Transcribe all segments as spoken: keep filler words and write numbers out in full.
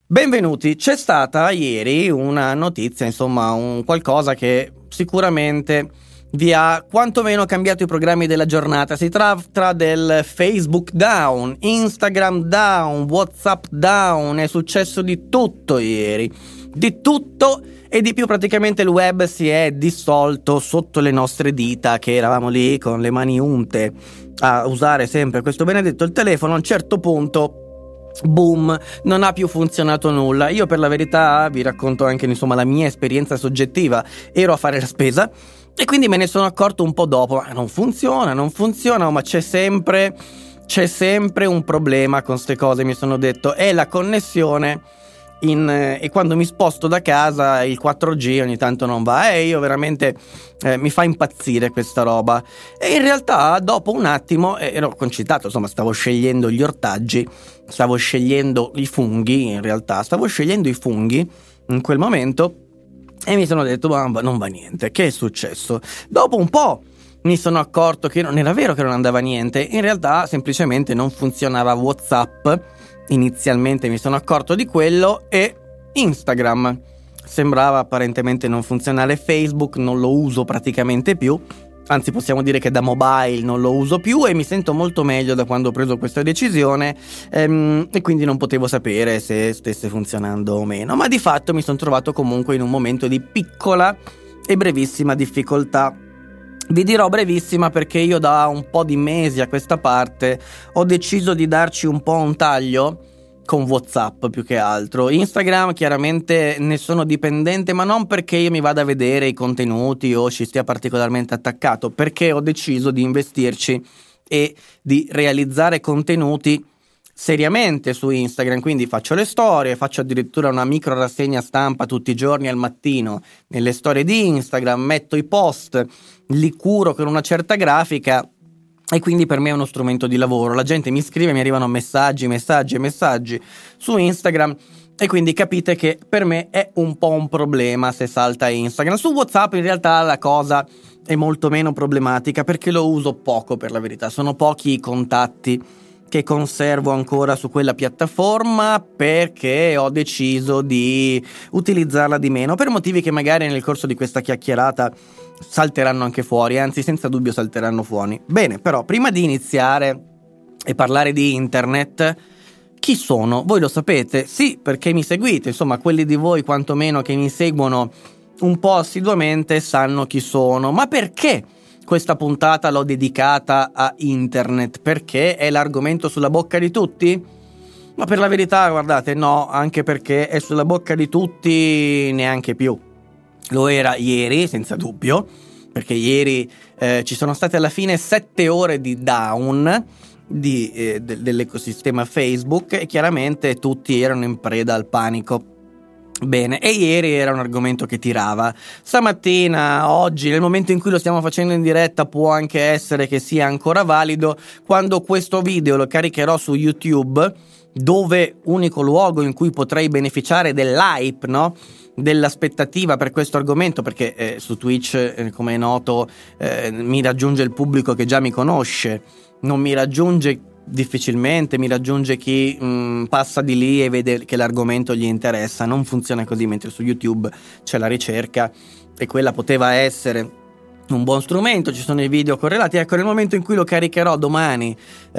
Benvenuti, c'è stata ieri una notizia, insomma un qualcosa che sicuramente vi ha quantomeno cambiato i programmi della giornata. Si tratta del Facebook down, Instagram down, WhatsApp down, è successo di tutto ieri, di tutto e di più. Praticamente il web si è dissolto sotto le nostre dita, che eravamo lì con le mani unte a usare sempre questo benedetto il telefono. A un certo punto boom, non ha più funzionato nulla. Io per la verità vi racconto anche insomma la mia esperienza soggettiva. Ero a fare la spesa e quindi me ne sono accorto un po' dopo. Ma non funziona, non funziona, ma c'è sempre c'è sempre un problema con ste cose, mi sono detto. È la connessione in, eh, e quando mi sposto da casa il quattro G ogni tanto non va e io veramente eh, mi fa impazzire questa roba. E in realtà dopo un attimo eh, ero concitato, insomma stavo scegliendo gli ortaggi, stavo scegliendo i funghi, in realtà stavo scegliendo i funghi in quel momento e mi sono detto ma non va niente, che è successo? Dopo un po' mi sono accorto che non era vero che non andava niente, in realtà semplicemente non funzionava WhatsApp. Inizialmente mi sono accorto di quello e Instagram sembrava apparentemente non funzionare. Facebook non lo uso praticamente più, anzi possiamo dire che da mobile non lo uso più e mi sento molto meglio da quando ho preso questa decisione ehm, e quindi non potevo sapere se stesse funzionando o meno, ma di fatto mi sono trovato comunque in un momento di piccola e brevissima difficoltà. Vi dirò brevissima perché io da un po' di mesi a questa parte ho deciso di darci un po' un taglio con WhatsApp più che altro. Instagram chiaramente ne sono dipendente, ma non perché io mi vada a vedere i contenuti o ci stia particolarmente attaccato, perché ho deciso di investirci e di realizzare contenuti seriamente su Instagram, quindi faccio le storie, faccio addirittura una micro rassegna stampa tutti i giorni al mattino nelle storie di Instagram, metto i post, li curo con una certa grafica e quindi per me è uno strumento di lavoro. La gente mi scrive, mi arrivano messaggi, messaggi e messaggi su Instagram e quindi capite che per me è un po' un problema se salta Instagram. Su WhatsApp in realtà la cosa è molto meno problematica perché lo uso poco, per la verità, sono pochi i contatti che conservo ancora su quella piattaforma perché ho deciso di utilizzarla di meno per motivi che magari nel corso di questa chiacchierata salteranno anche fuori, anzi senza dubbio salteranno fuori. Bene, però prima di iniziare e parlare di internet, chi sono? Voi lo sapete? Sì, perché mi seguite, insomma quelli di voi quantomeno che mi seguono un po' assiduamente sanno chi sono. Ma perché questa puntata l'ho dedicata a internet? Perché è l'argomento sulla bocca di tutti? Ma per la verità, guardate, no, anche perché è sulla bocca di tutti neanche più. Lo era ieri, senza dubbio, perché ieri eh, ci sono state alla fine sette ore di down di, eh, de- dell'ecosistema Facebook e chiaramente tutti erano in preda al panico. Bene, e ieri era un argomento che tirava. Stamattina, oggi, nel momento in cui lo stiamo facendo in diretta, può anche essere che sia ancora valido. Quando questo video lo caricherò su YouTube, dove unico luogo in cui potrei beneficiare dell'hype, no? Dell'aspettativa per questo argomento, perché eh, su Twitch, eh, come è noto, eh, mi raggiunge il pubblico che già mi conosce, non mi raggiunge difficilmente, mi raggiunge chi mh, passa di lì e vede che l'argomento gli interessa. Non funziona così, mentre su YouTube c'è la ricerca e quella poteva essere un buon strumento, ci sono i video correlati. Ecco, nel momento in cui lo caricherò domani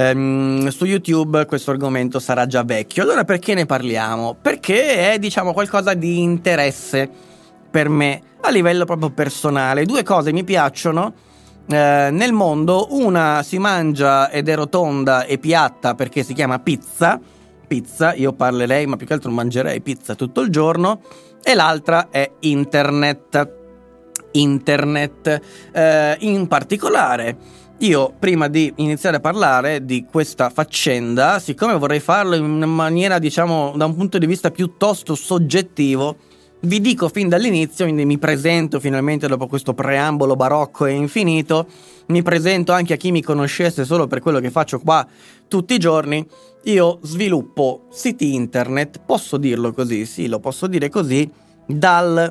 ehm, su YouTube, questo argomento sarà già vecchio. Allora perché ne parliamo? Perché è, diciamo, qualcosa di interesse per me a livello proprio personale. Due cose mi piacciono Eh, nel mondo: una si mangia ed è rotonda e piatta perché si chiama pizza, pizza, io parlerei, ma più che altro mangerei pizza tutto il giorno, e l'altra è internet. Internet, eh, in particolare, io prima di iniziare a parlare di questa faccenda, siccome vorrei farlo in maniera, diciamo, da un punto di vista piuttosto soggettivo, vi dico fin dall'inizio, quindi mi presento finalmente dopo questo preambolo barocco e infinito, mi presento anche a chi mi conoscesse solo per quello che faccio qua tutti i giorni. Io sviluppo siti internet, posso dirlo così, sì, lo posso dire così, dal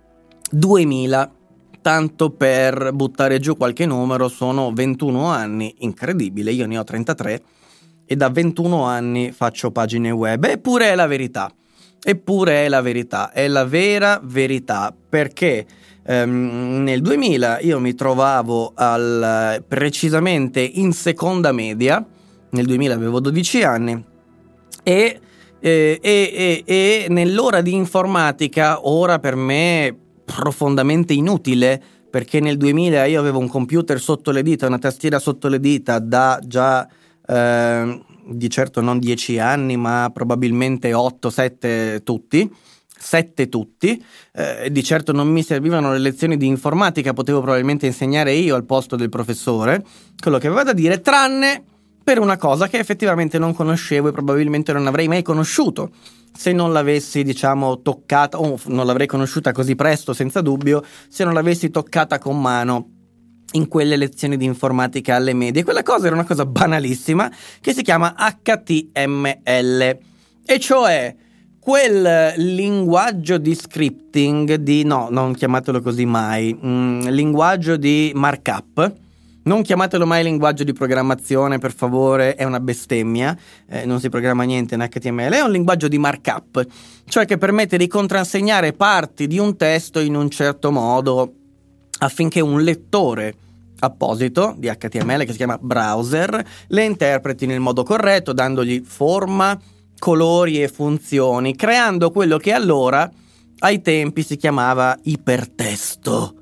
duemila, tanto per buttare giù qualche numero, sono ventuno anni, incredibile, io ne ho trentatré e da ventuno anni faccio pagine web, eppure è la verità. Eppure è la verità, è la vera verità, perché ehm, nel duemila io mi trovavo al, precisamente in seconda media, nel duemila avevo dodici anni, e, e, e, e nell'ora di informatica, ora per me profondamente inutile, perché nel duemila io avevo un computer sotto le dita, una tastiera sotto le dita da già... Eh, di certo non dieci anni, ma probabilmente otto sette tutti, sette tutti, eh, di certo non mi servivano le lezioni di informatica, potevo probabilmente insegnare io al posto del professore quello che aveva da dire, tranne per una cosa che effettivamente non conoscevo e probabilmente non avrei mai conosciuto se non l'avessi, diciamo, toccata, o non l'avrei conosciuta così presto, senza dubbio, se non l'avessi toccata con mano in quelle lezioni di informatica alle medie. Quella cosa era una cosa banalissima che si chiama H T M L, e cioè quel linguaggio di scripting di, no, non chiamatelo così mai, mm, linguaggio di markup. Non chiamatelo mai linguaggio di programmazione, per favore, è una bestemmia, eh, non si programma niente in H T M L, è un linguaggio di markup, cioè che permette di contrassegnare parti di un testo in un certo modo affinché un lettore apposito di H T M L, che si chiama browser, le interpreti nel modo corretto, dandogli forma, colori e funzioni, creando quello che allora, ai tempi, si chiamava ipertesto.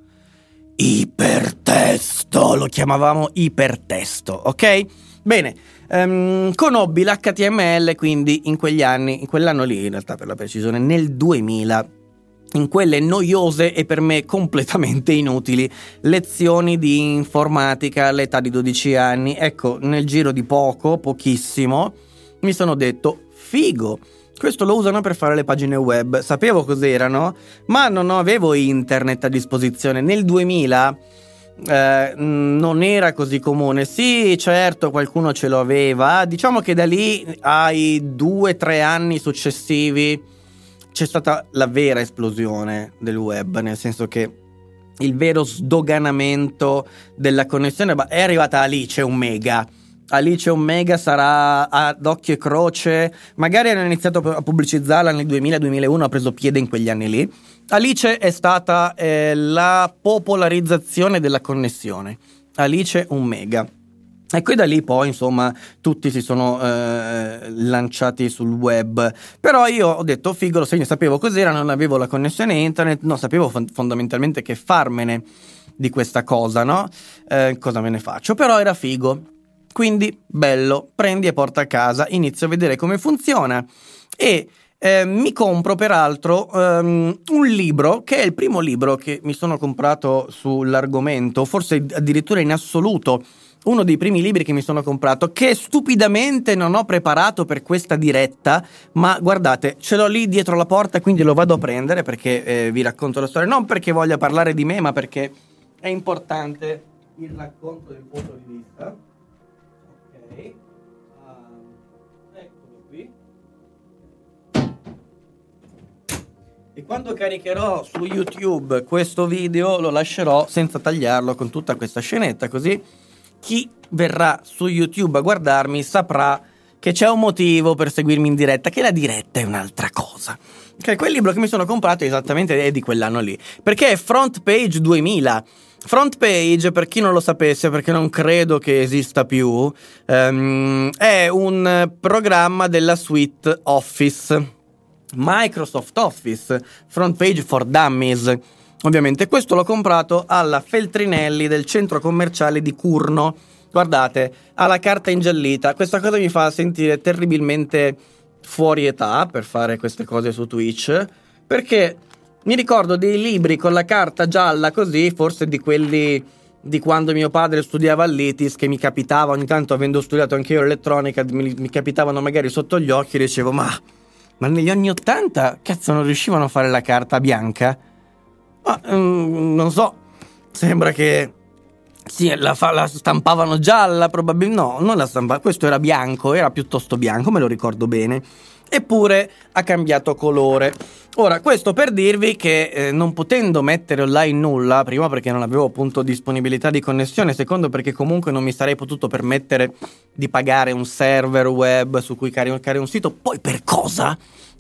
Ipertesto, lo chiamavamo ipertesto, ok? Bene, um, conobbi l'H T M L quindi in quegli anni, in quell'anno lì, in realtà per la precisione, nel duemila, in quelle noiose e per me completamente inutili lezioni di informatica all'età di dodici anni. Ecco, nel giro di poco, pochissimo, mi sono detto, figo, questo lo usano per fare le pagine web. Sapevo cos'erano, ma non avevo internet a disposizione. Nel duemila eh, non era così comune. Sì, certo, qualcuno ce lo aveva. Diciamo che da lì ai due tre anni successivi c'è stata la vera esplosione del web, nel senso che il vero sdoganamento della connessione è arrivata Alice un mega. Alice un mega sarà ad occhio e croce, magari hanno iniziato a pubblicizzarla nel duemila duemilauno, ha preso piede in quegli anni lì. Alice è stata eh, la popolarizzazione della connessione. Alice un mega. E qui da lì poi, insomma, tutti si sono eh, lanciati sul web. Però io ho detto, figo, lo segno, sapevo cos'era, non avevo la connessione internet, non sapevo fond- fondamentalmente che farmene di questa cosa, no? Eh, cosa me ne faccio? Però era figo. Quindi, bello, prendi e porta a casa, inizio a vedere come funziona e eh, mi compro peraltro um, un libro, che è il primo libro che mi sono comprato sull'argomento, forse addirittura in assoluto, uno dei primi libri che mi sono comprato, che stupidamente non ho preparato per questa diretta, ma guardate, ce l'ho lì dietro la porta, quindi lo vado a prendere perché eh, vi racconto la storia, non perché voglia parlare di me, ma perché è importante il racconto del punto di vista. Ok, uh, eccolo qui. E quando caricherò su YouTube questo video lo lascerò senza tagliarlo con tutta questa scenetta, così chi verrà su YouTube a guardarmi saprà che c'è un motivo per seguirmi in diretta, che la diretta è un'altra cosa. Ok, quel libro che mi sono comprato esattamente è di quell'anno lì, perché è Front Page duemila. Front Page, per chi non lo sapesse, perché non credo che esista più, um, è un programma della suite Office, Microsoft Office, Front Page for Dummies. Ovviamente questo l'ho comprato alla Feltrinelli del centro commerciale di Curno. Guardate, ha la carta ingiallita. Questa cosa mi fa sentire terribilmente fuori età per fare queste cose su Twitch, perché mi ricordo dei libri con la carta gialla così, forse di quelli di quando mio padre studiava all'I T I S, che mi capitava ogni tanto, avendo studiato anche io elettronica, mi, mi capitavano magari sotto gli occhi e dicevo ma, ma negli anni ottanta cazzo non riuscivano a fare la carta bianca? Ma um, non so, sembra che sì, la, fa, la stampavano gialla, probabilmente no, non la stampavano, questo era bianco, era piuttosto bianco, me lo ricordo bene, eppure ha cambiato colore. Ora, questo per dirvi che eh, non potendo mettere online nulla, prima perché non avevo appunto disponibilità di connessione, secondo perché comunque non mi sarei potuto permettere di pagare un server web su cui caricare un sito, poi per cosa?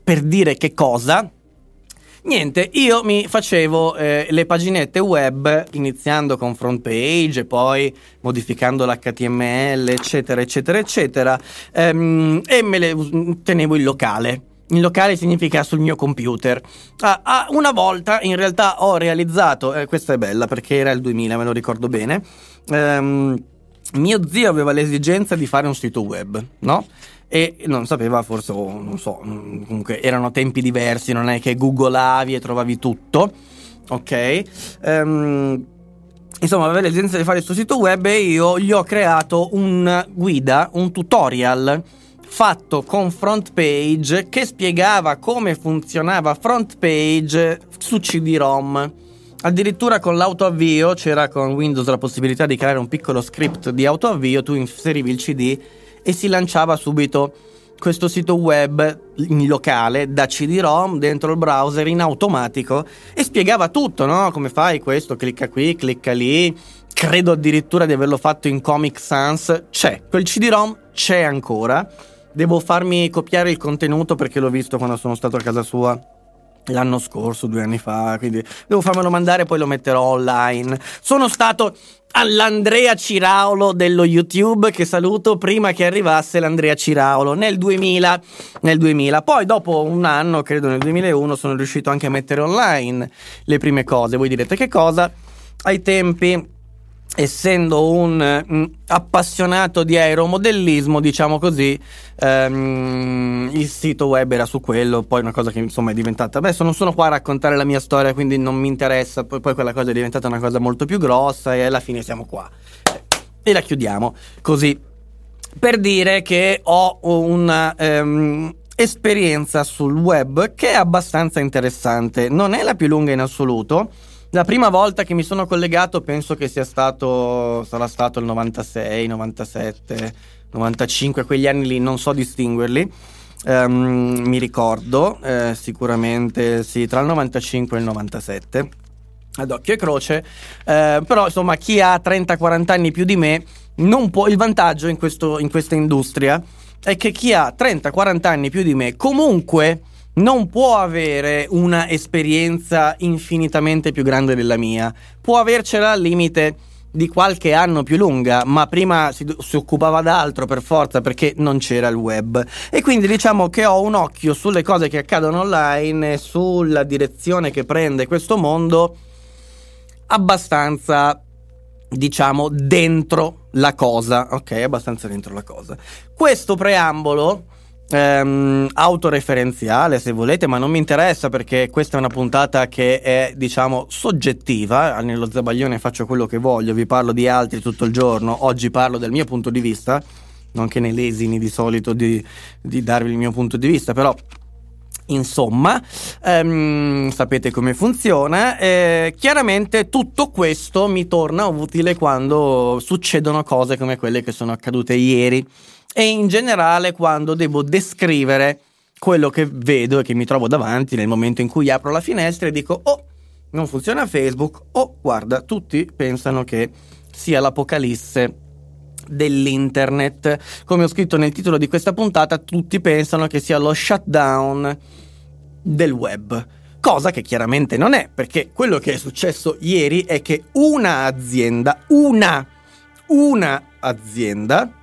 per dire che cosa? Niente, io mi facevo eh, le paginette web iniziando con front page e poi modificando l'H T M L, eccetera, eccetera, eccetera, ehm, e me le tenevo in locale. In locale significa sul mio computer. Ah, ah, una volta in realtà ho realizzato, eh, questa è bella perché era il duemila, me lo ricordo bene, ehm, mio zio aveva l'esigenza di fare un sito web, no? E non sapeva, forse, oh, non so, comunque erano tempi diversi, non è che googolavi e trovavi tutto, ok? Um, insomma, aveva l'esigenza di fare questo sito web e io gli ho creato una guida, un tutorial fatto con front page che spiegava come funzionava front page su C D ROM. Addirittura con l'autoavvio, c'era con Windows la possibilità di creare un piccolo script di autoavvio, tu inserivi il C D e si lanciava subito questo sito web in locale da C D ROM dentro il browser in automatico e spiegava tutto, no? Come fai questo, clicca qui, clicca lì. Credo addirittura di averlo fatto in Comic Sans. C'è, quel C D ROM c'è ancora. Devo farmi copiare il contenuto perché l'ho visto quando sono stato a casa sua l'anno scorso, due anni fa, quindi devo farmelo mandare e poi lo metterò online. Sono stato all'Andrea Ciraulo dello YouTube, che saluto, prima che arrivasse l'Andrea Ciraulo nel duemila, nel duemila. Poi dopo un anno, credo nel duemilauno, sono riuscito anche a mettere online le prime cose. Voi direte che cosa? Ai tempi, essendo un mh, appassionato di aeromodellismo, diciamo così, ehm, il sito web era su quello. Poi una cosa che insomma è diventata, adesso non sono qua a raccontare la mia storia, quindi non mi interessa, poi, poi quella cosa è diventata una cosa molto più grossa e alla fine siamo qua e la chiudiamo così, per dire che ho una ehm, esperienza sul web che è abbastanza interessante. Non è la più lunga in assoluto. La prima volta che mi sono collegato penso che sia stato, sarà stato il novantasei, novantasette, novantacinque, quegli anni lì, non so distinguerli, um, mi ricordo, eh, sicuramente sì, tra il novantacinque e il novantasette, ad occhio e croce, eh, però insomma chi ha trenta quaranta anni più di me non può, il vantaggio in, questo, in questa industria è che chi ha trenta quaranta anni più di me comunque non può avere una esperienza infinitamente più grande della mia, può avercela al limite di qualche anno più lunga, ma prima si, si occupava d'altro per forza perché non c'era il web, e quindi diciamo che ho un occhio sulle cose che accadono online e sulla direzione che prende questo mondo abbastanza, diciamo, dentro la cosa, ok? Abbastanza dentro la cosa. Questo preambolo ehm, autoreferenziale, se volete, ma non mi interessa perché questa è una puntata che è, diciamo, soggettiva. Nello Zabaglione faccio quello che voglio, vi parlo di altri tutto il giorno, oggi parlo del mio punto di vista, non che ne lesini di solito di, di darvi il mio punto di vista, però insomma, ehm, sapete come funziona. Eh, chiaramente tutto questo mi torna utile quando succedono cose come quelle che sono accadute ieri, e in generale quando devo descrivere quello che vedo e che mi trovo davanti nel momento in cui apro la finestra e dico: oh, non funziona Facebook, oh, guarda, tutti pensano che sia l'apocalisse dell'internet. Come ho scritto nel titolo di questa puntata, tutti pensano che sia lo shutdown del web, cosa che chiaramente non è, perché quello che è successo ieri è che una azienda, una, una azienda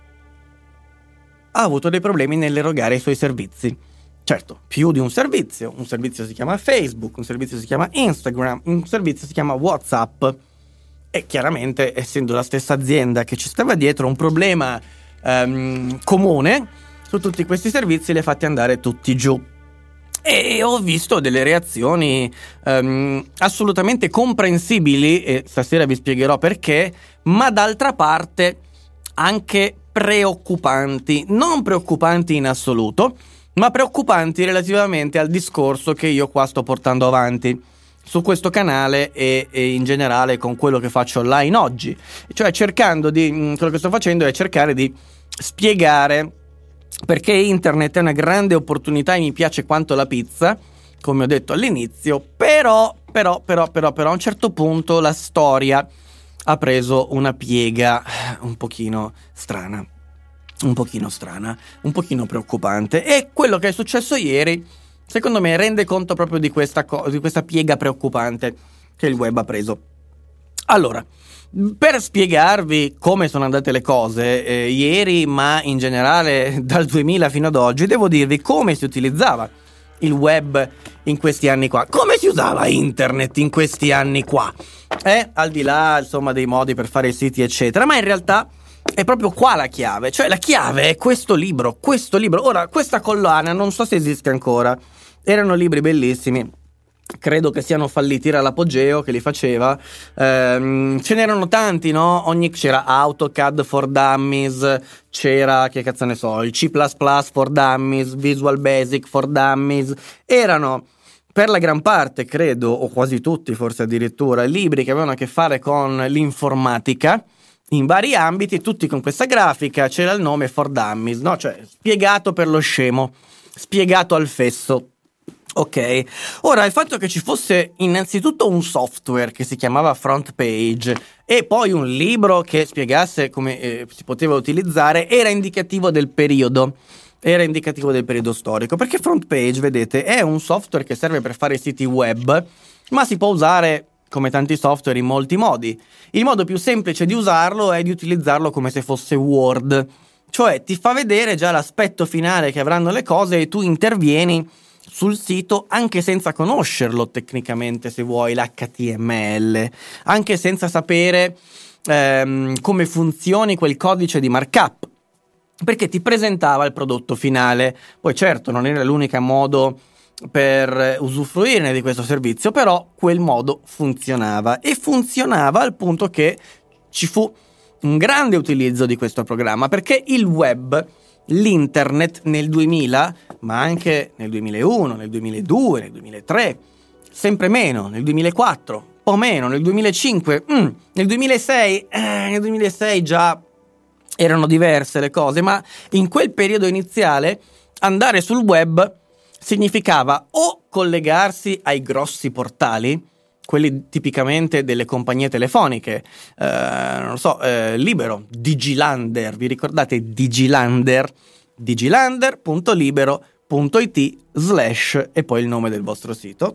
ha avuto dei problemi nell'erogare i suoi servizi. Certo, più di un servizio, un servizio si chiama Facebook, un servizio si chiama Instagram, un servizio si chiama WhatsApp. E chiaramente, essendo la stessa azienda che ci stava dietro, un problema um, comune su tutti questi servizi li ha fatti andare tutti giù. E ho visto delle reazioni um, assolutamente comprensibili, e stasera vi spiegherò perché, ma d'altra parte anche preoccupanti. Non preoccupanti in assoluto, ma preoccupanti relativamente al discorso che io qua sto portando avanti su questo canale e, e in generale con quello che faccio online oggi. Cioè cercando di, quello che sto facendo è cercare di spiegare perché internet è una grande opportunità e mi piace quanto la pizza, come ho detto all'inizio, però, però, però, però, però a un certo punto la storia ha preso una piega un pochino strana. un pochino strana, un pochino preoccupante. E quello che è successo ieri, secondo me, rende conto proprio di questa, co- di questa piega preoccupante che il web ha preso. Allora, per spiegarvi come sono andate le cose eh, ieri, ma in generale dal duemila fino ad oggi, devo dirvi come si utilizzava il web in questi anni qua, come si usava internet in questi anni qua, eh? Al di là insomma dei modi per fare i siti eccetera, ma in realtà è proprio qua la chiave, cioè la chiave è questo libro, questo libro. Ora, questa collana non so se esiste ancora, erano libri bellissimi. Credo che siano falliti, era l'Apogeo che li faceva, ehm, ce n'erano tanti, no? Ogni, c'era AutoCAD for Dummies, c'era, che cazzo ne so, il C plus plus for Dummies, Visual Basic for Dummies, erano per la gran parte, credo, o quasi tutti forse addirittura, libri che avevano a che fare con l'informatica in vari ambiti, tutti con questa grafica, c'era il nome for Dummies, no? Cioè spiegato per lo scemo, spiegato al fesso. Ok, ora il fatto che ci fosse innanzitutto un software che si chiamava Front Page e poi un libro che spiegasse come eh, si poteva utilizzare era indicativo del periodo, era indicativo del periodo storico, perché Front Page, vedete, è un software che serve per fare siti web, ma si può usare come tanti software in molti modi. Il modo più semplice di usarlo è di utilizzarlo come se fosse Word, cioè ti fa vedere già l'aspetto finale che avranno le cose e tu intervieni sul sito anche senza conoscerlo tecnicamente, se vuoi, l'H T M L, anche senza sapere ehm, come funzioni quel codice di markup, perché ti presentava il prodotto finale. Poi certo non era l'unico modo per usufruirne di questo servizio, però quel modo funzionava, e funzionava al punto che ci fu un grande utilizzo di questo programma, perché il web, l'internet nel duemila, ma anche nel duemilauno, nel duemiladue, nel duemilatré, sempre meno, nel duemilaquattro, un po' meno, nel duemilacinque, mm, nel duemilasei, eh, nel duemilasei già erano diverse le cose, ma in quel periodo iniziale andare sul web significava o collegarsi ai grossi portali, quelli tipicamente delle compagnie telefoniche, eh, non lo so, eh, Libero, Digilander, vi ricordate Digilander? digilander punto libero punto it slash e poi il nome del vostro sito,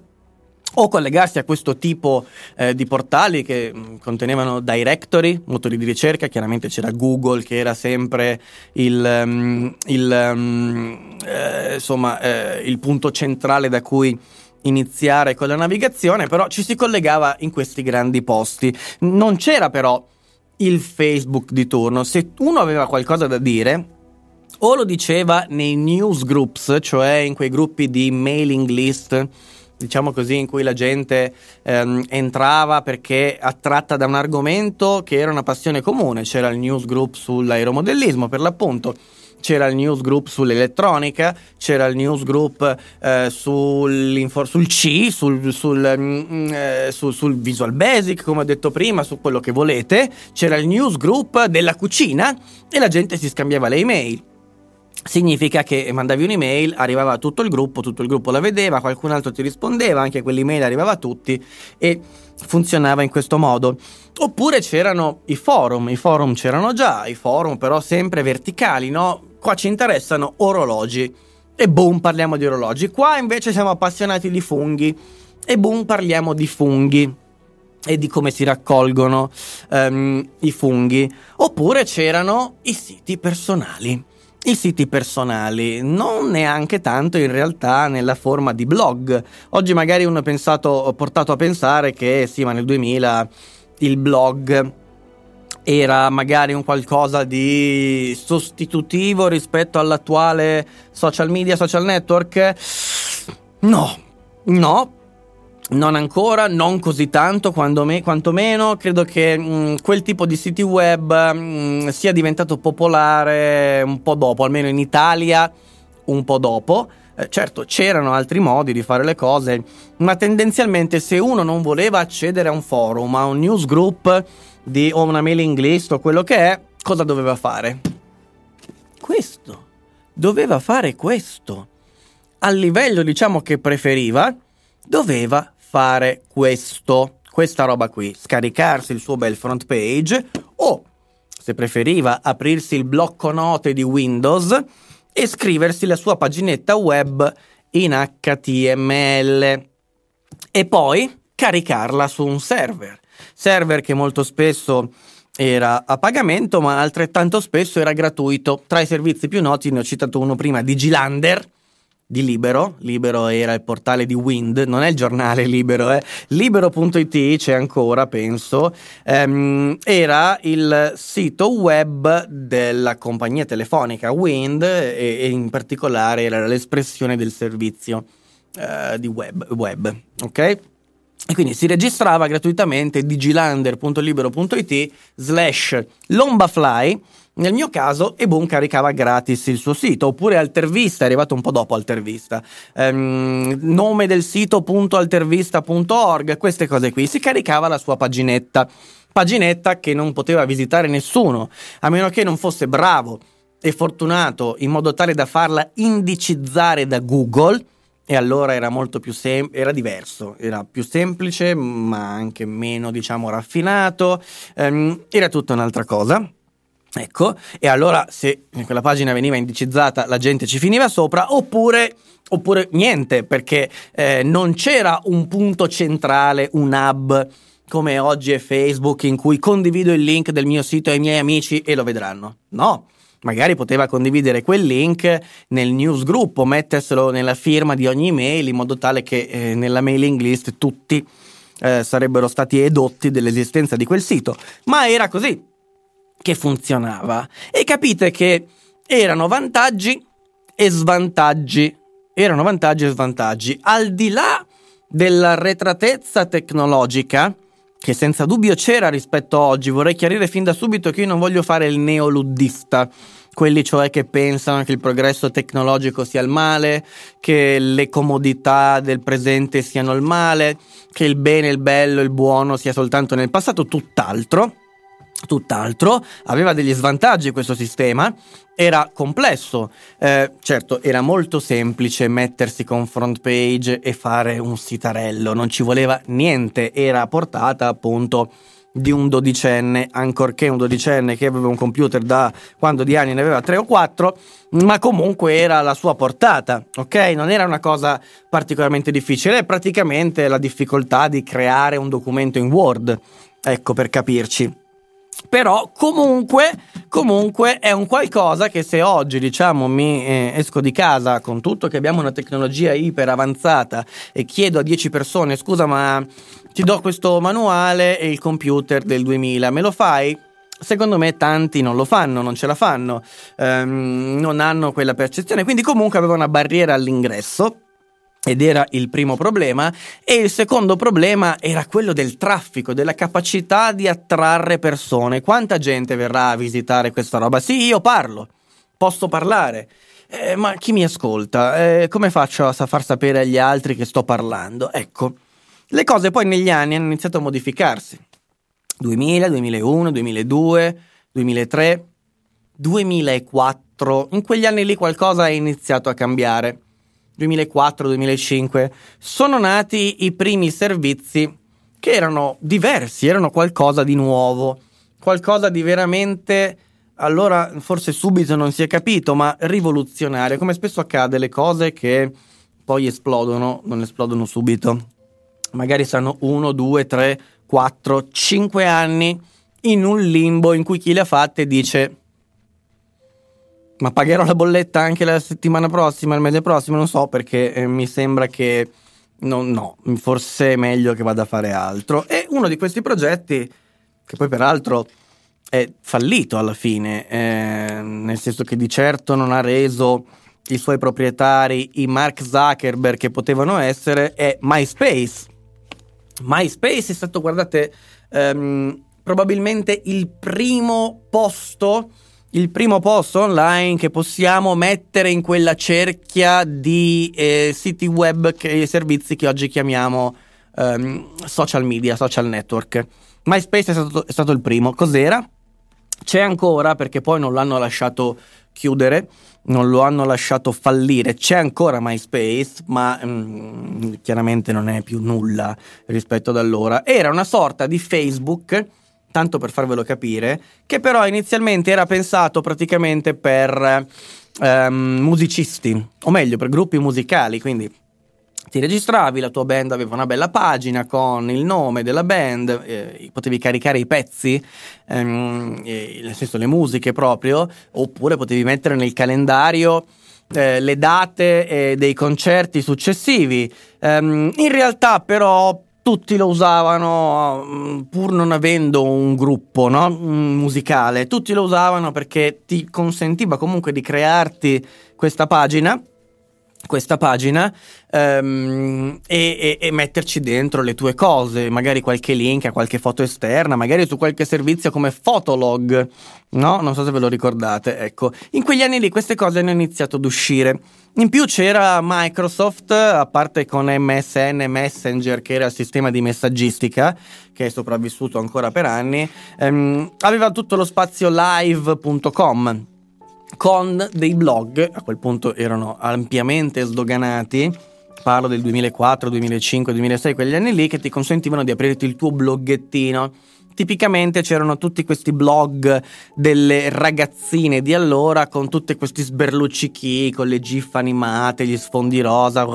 o collegarsi a questo tipo eh, di portali che mh, contenevano directory, motori di ricerca. Chiaramente c'era Google che era sempre il, um, il, um, eh, insomma, eh, il punto centrale da cui iniziare con la navigazione, però ci si collegava in questi grandi posti. Non c'era però il Facebook di turno. Se uno aveva qualcosa da dire, o lo diceva nei newsgroups, cioè in quei gruppi di mailing list, diciamo così, in cui la gente ehm, entrava perché attratta da un argomento che era una passione comune. C'era il newsgroup sull'aeromodellismo, per l'appunto, c'era il newsgroup sull'elettronica, c'era il newsgroup eh, sul C, sul, sul, mm, eh, sul, sul Visual Basic, come ho detto prima, su quello che volete. C'era il newsgroup della cucina e la gente si scambiava le email. Significa che mandavi un'email, arrivava a tutto il gruppo, tutto il gruppo la vedeva, qualcun altro ti rispondeva, anche quell'email arrivava a tutti e funzionava in questo modo. Oppure c'erano i forum, i forum c'erano già, i forum però sempre verticali, no? Qua ci interessano orologi e boom, parliamo di orologi. Qua invece siamo appassionati di funghi e boom, parliamo di funghi e di come si raccolgono um, i funghi. Oppure c'erano i siti personali. I siti personali, non neanche tanto in realtà nella forma di blog. Oggi magari uno è pensato, portato a pensare che sì, ma nel duemila il blog era magari un qualcosa di sostitutivo rispetto all'attuale social media, social network. No, no. Non ancora, non così tanto, quando me, quantomeno credo che mh, quel tipo di siti web mh, sia diventato popolare un po' dopo, almeno in Italia un po' dopo. Eh, certo, c'erano altri modi di fare le cose, ma tendenzialmente se uno non voleva accedere a un forum, a un newsgroup di, o una mailing list o quello che è, cosa doveva fare? Questo. Doveva fare questo. Al livello, diciamo, che preferiva, doveva fare questo, questa roba qui, scaricarsi il suo bel front page o se preferiva, aprirsi il blocco note di Windows e scriversi la sua paginetta web in H T M L e poi caricarla su un server. Server che molto spesso era a pagamento, ma altrettanto spesso era gratuito. Tra i servizi più noti ne ho citato uno prima, Digilander, di Libero. Libero era il portale di Wind, non è il giornale Libero, eh. Libero punto it c'è ancora, penso. Ehm, era il sito web della compagnia telefonica Wind e, e in particolare era l'espressione del servizio eh, di web, web, ok? E quindi si registrava gratuitamente digilander punto libero punto it slash lombafly, nel mio caso, e boom, caricava gratis il suo sito. Oppure Altervista, è arrivato un po' dopo Altervista, ehm, nome del sito punto altervista punto org, queste cose qui, si caricava la sua paginetta, paginetta che non poteva visitare nessuno, a meno che non fosse bravo e fortunato in modo tale da farla indicizzare da Google. E allora era molto più sem- era diverso, era più semplice, ma anche meno, diciamo, raffinato, ehm, era tutta un'altra cosa. Ecco, e allora se quella pagina veniva indicizzata la gente ci finiva sopra, oppure, oppure niente, perché eh, non c'era un punto centrale, un hub come oggi è Facebook, in cui condivido il link del mio sito ai miei amici e lo vedranno. No. Magari poteva condividere quel link nel newsgroup o metterselo nella firma di ogni email, in modo tale che eh, nella mailing list tutti eh, sarebbero stati edotti dell'esistenza di quel sito. Ma era così che funzionava. E capite che erano vantaggi e svantaggi. Erano vantaggi e svantaggi. Al di là dell'arretratezza tecnologica, che senza dubbio c'era rispetto a oggi, vorrei chiarire fin da subito che io non voglio fare il neoluddista, quelli cioè che pensano che il progresso tecnologico sia il male, che le comodità del presente siano il male, che il bene, il bello, il buono sia soltanto nel passato. Tutt'altro, tutt'altro, aveva degli svantaggi questo sistema, era complesso, eh, certo era molto semplice mettersi con front page e fare un sitarello, non ci voleva niente, era a portata appunto di un dodicenne, ancorché un dodicenne che aveva un computer da quando di anni ne aveva tre o quattro, ma comunque era alla sua portata, ok? Non era una cosa particolarmente difficile, è praticamente la difficoltà di creare un documento in Word, ecco, per capirci. Però comunque, comunque è un qualcosa che se oggi, diciamo, mi eh, esco di casa con tutto che abbiamo una tecnologia iper avanzata e chiedo a dieci persone: scusa, ma ti do questo manuale e il computer del duemila, me lo fai? Secondo me tanti non lo fanno, non ce la fanno, ehm, non hanno quella percezione, quindi comunque aveva una barriera all'ingresso. Ed era il primo problema. E il secondo problema era quello del traffico, della capacità di attrarre persone. Quanta gente verrà a visitare questa roba? Sì, io parlo, posso parlare, eh, ma chi mi ascolta? Eh, come faccio a far sapere agli altri che sto parlando? Ecco, le cose poi negli anni hanno iniziato a modificarsi. duemila, duemilauno, duemiladue, duemilatré, duemilaquattro, in quegli anni lì qualcosa è iniziato a cambiare. duemilaquattro, duemilacinque, sono nati i primi servizi che erano diversi, erano qualcosa di nuovo, qualcosa di veramente, allora forse subito non si è capito, ma rivoluzionario. Come spesso accade, le cose che poi esplodono non esplodono subito, magari stanno uno, due, tre, quattro, cinque anni in un limbo in cui chi le ha fatte dice: ma pagherò la bolletta anche la settimana prossima, il mese prossimo? Non so, perché eh, mi sembra che no, no, forse è meglio che vada a fare altro. E uno di questi progetti, che poi peraltro è fallito alla fine, eh, nel senso che di certo non ha reso i suoi proprietari i Mark Zuckerberg che potevano essere, è MySpace. MySpace è stato, guardate, ehm, probabilmente il primo posto il primo posto online che possiamo mettere in quella cerchia di eh, siti web e servizi che oggi chiamiamo ehm, social media, social network. MySpace è stato, è stato il primo. Cos'era? C'è ancora, perché poi non l'hanno lasciato chiudere, non lo hanno lasciato fallire. C'è ancora MySpace, ma mm, chiaramente non è più nulla rispetto ad allora. Era una sorta di Facebook tanto per farvelo capire, che però inizialmente era pensato praticamente per ehm, musicisti, o meglio per gruppi musicali, quindi ti registravi, la tua band aveva una bella pagina con il nome della band, eh, potevi caricare i pezzi, ehm, eh, nel senso le musiche proprio, oppure potevi mettere nel calendario eh, le date eh, dei concerti successivi. Ehm, in realtà però tutti lo usavano pur non avendo un gruppo, no? musicale, tutti lo usavano perché ti consentiva comunque di crearti questa pagina questa pagina um, e, e, e metterci dentro le tue cose, magari qualche link a qualche foto esterna, magari su qualche servizio come Fotolog, no? Non so se ve lo ricordate, ecco. In quegli anni lì queste cose hanno iniziato ad uscire. In più c'era Microsoft, a parte con M S N Messenger, che era il sistema di messaggistica, che è sopravvissuto ancora per anni, um, aveva tutto lo spazio live punto com, con dei blog, a quel punto erano ampiamente sdoganati, parlo del duemilaquattro, duemilacinque, duemilasei, quegli anni lì, che ti consentivano di aprirti il tuo bloggettino. Tipicamente c'erano tutti questi blog delle ragazzine di allora, con tutti questi sberluccichi, con le gif animate, gli sfondi rosa,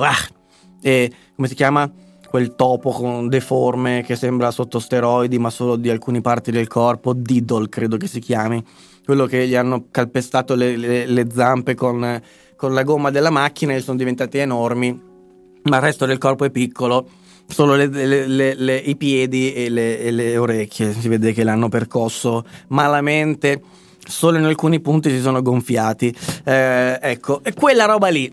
e come si chiama? Quel topo con deforme che sembra sotto steroidi ma solo di alcune parti del corpo, Diddle credo che si chiami, quello che gli hanno calpestato le, le, le zampe con, con la gomma della macchina e sono diventati enormi, ma il resto del corpo è piccolo, solo le, le, le, le, i piedi e le, e le orecchie si vede che l'hanno percosso malamente, solo in alcuni punti si sono gonfiati, eh, ecco, e quella roba lì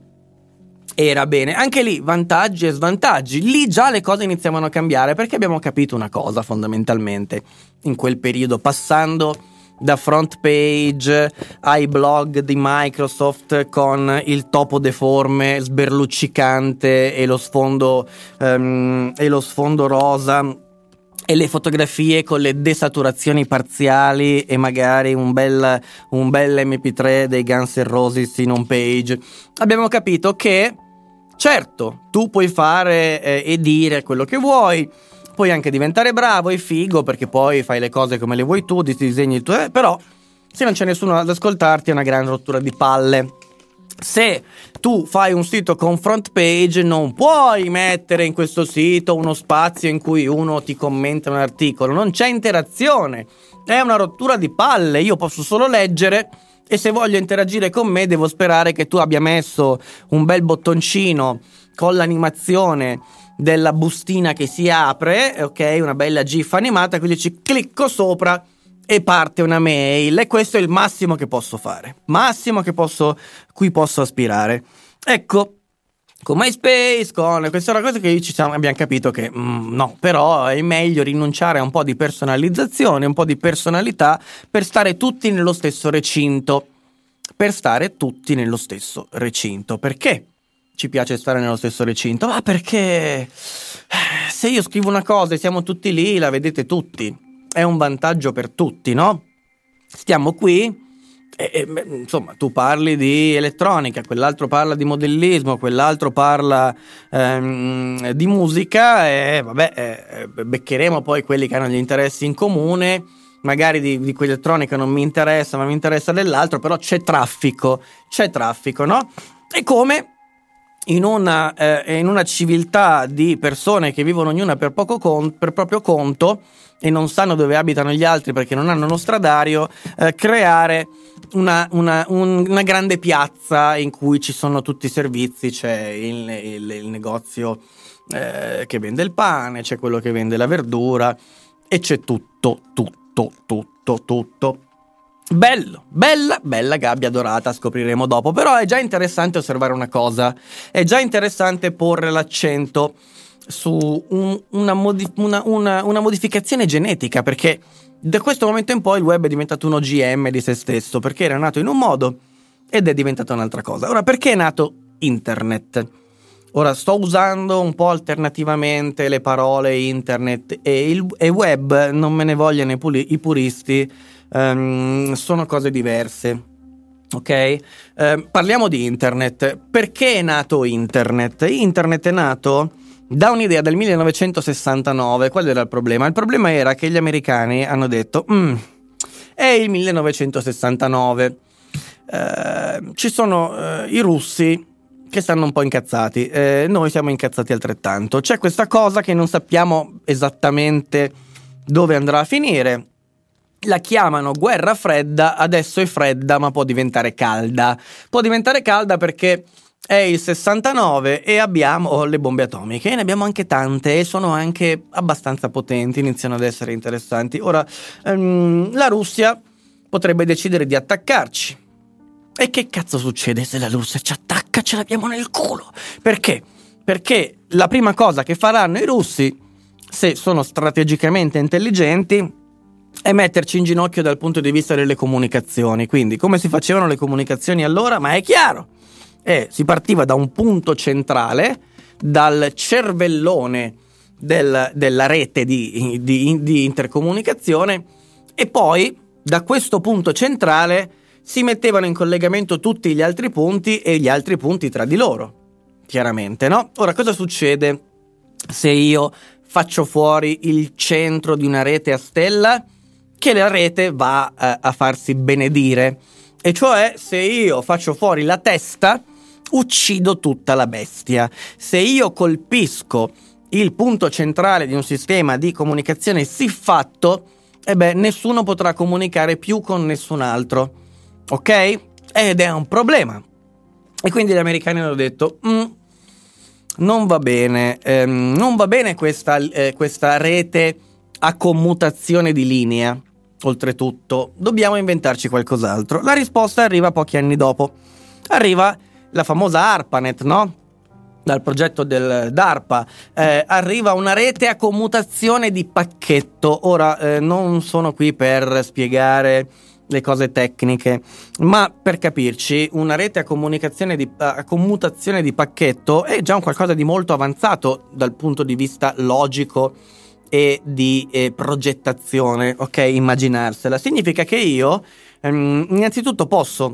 era bene. Anche lì vantaggi e svantaggi, lì già le cose iniziavano a cambiare, perché abbiamo capito una cosa fondamentalmente in quel periodo, passando da front page ai blog di Microsoft con il topo deforme sberluccicante e lo sfondo um, e lo sfondo rosa e le fotografie con le desaturazioni parziali e magari un bel, un bel M P tre dei Guns N' Roses in home page. Abbiamo capito che certo, tu puoi fare eh, e dire quello che vuoi, puoi anche diventare bravo e figo perché poi fai le cose come le vuoi tu, ti disegni il tuo, eh, però se non c'è nessuno ad ascoltarti è una gran rottura di palle. Se tu fai un sito con front page non puoi mettere in questo sito uno spazio in cui uno ti commenta un articolo, non c'è interazione, è una rottura di palle, io posso solo leggere e se voglio interagire con me devo sperare che tu abbia messo un bel bottoncino con l'animazione della bustina che si apre, ok, una bella gif animata, quindi ci clicco sopra e parte una mail, e questo è il massimo che posso fare, massimo che posso, cui posso aspirare. Ecco, con MySpace, con queste cose che ci siamo, abbiamo capito che mm, no, però è meglio rinunciare a un po' di personalizzazione, un po' di personalità per stare tutti nello stesso recinto, per stare tutti nello stesso recinto. Perché ci piace stare nello stesso recinto? Ma perché se io scrivo una cosa e siamo tutti lì, la vedete tutti, è un vantaggio per tutti, no? Stiamo qui e, e insomma tu parli di elettronica, quell'altro parla di modellismo, quell'altro parla ehm, di musica e vabbè eh, beccheremo poi quelli che hanno gli interessi in comune. Magari di, di quell'elettronica non mi interessa ma mi interessa dell'altro, però c'è traffico, c'è traffico, no? E come in una, eh, in una civiltà di persone che vivono ognuna per, poco con, per proprio conto e non sanno dove abitano gli altri perché non hanno uno stradario, eh, creare una, una, un, una grande piazza in cui ci sono tutti i servizi, c'è il, il, il negozio eh, che vende il pane, c'è quello che vende la verdura e c'è tutto, tutto, tutto, tutto. Bello, bella, bella gabbia dorata, scopriremo dopo, però è già interessante osservare una cosa, è già interessante porre l'accento su un, una, modi- una, una, una modificazione genetica, perché da questo momento in poi il web è diventato un O G M di se stesso, perché era nato in un modo ed è diventato un'altra cosa. Ora, perché è nato internet? Ora sto usando un po' alternativamente le parole internet e, il, e web, non me ne vogliano i, puli- i puristi, um, sono cose diverse. Ok? Eh, parliamo di internet. Perché è nato internet? Internet è nato dà un'idea del millenovecentosessantanove. Qual era il problema? Il problema era che gli americani hanno detto mm, è il millenovecentosessantanove, eh, ci sono eh, i russi che stanno un po' incazzati, eh, noi siamo incazzati altrettanto, c'è questa cosa che non sappiamo esattamente dove andrà a finire, la chiamano guerra fredda, adesso è fredda ma può diventare calda, può diventare calda perché è il sessantanove e abbiamo le bombe atomiche, e ne abbiamo anche tante e sono anche abbastanza potenti, iniziano ad essere interessanti. Ora, ehm, la Russia potrebbe decidere di attaccarci. E che cazzo succede se la Russia ci attacca? Ce l'abbiamo nel culo. Perché? Perché la prima cosa che faranno i russi, se sono strategicamente intelligenti, è metterci in ginocchio dal punto di vista delle comunicazioni. Quindi, come si facevano le comunicazioni allora? Ma è chiaro. Eh, si partiva da un punto centrale, dal cervellone del, della rete di, di, di intercomunicazione, e poi da questo punto centrale si mettevano in collegamento tutti gli altri punti e gli altri punti tra di loro, chiaramente, no? Ora, cosa succede se io faccio fuori il centro di una rete a stella? Che la rete va eh, a farsi benedire, e cioè se io faccio fuori la testa uccido tutta la bestia. Se io colpisco il punto centrale di un sistema di comunicazione siffatto, e beh, nessuno potrà comunicare più con nessun altro. Ok? Ed è un problema. E quindi gli americani hanno detto mm, non va bene, ehm, non va bene questa, eh, questa rete a commutazione di linea. Oltretutto, dobbiamo inventarci qualcos'altro. La risposta arriva pochi anni dopo. Arriva la famosa ARPANET, no? Dal progetto del DARPA. Eh, arriva una rete a commutazione di pacchetto. Ora, eh, non sono qui per spiegare le cose tecniche, ma per capirci, una rete a comunicazione di a commutazione di pacchetto è già un qualcosa di molto avanzato dal punto di vista logico e di eh, progettazione, ok? Immaginarsela. Significa che io ehm, innanzitutto posso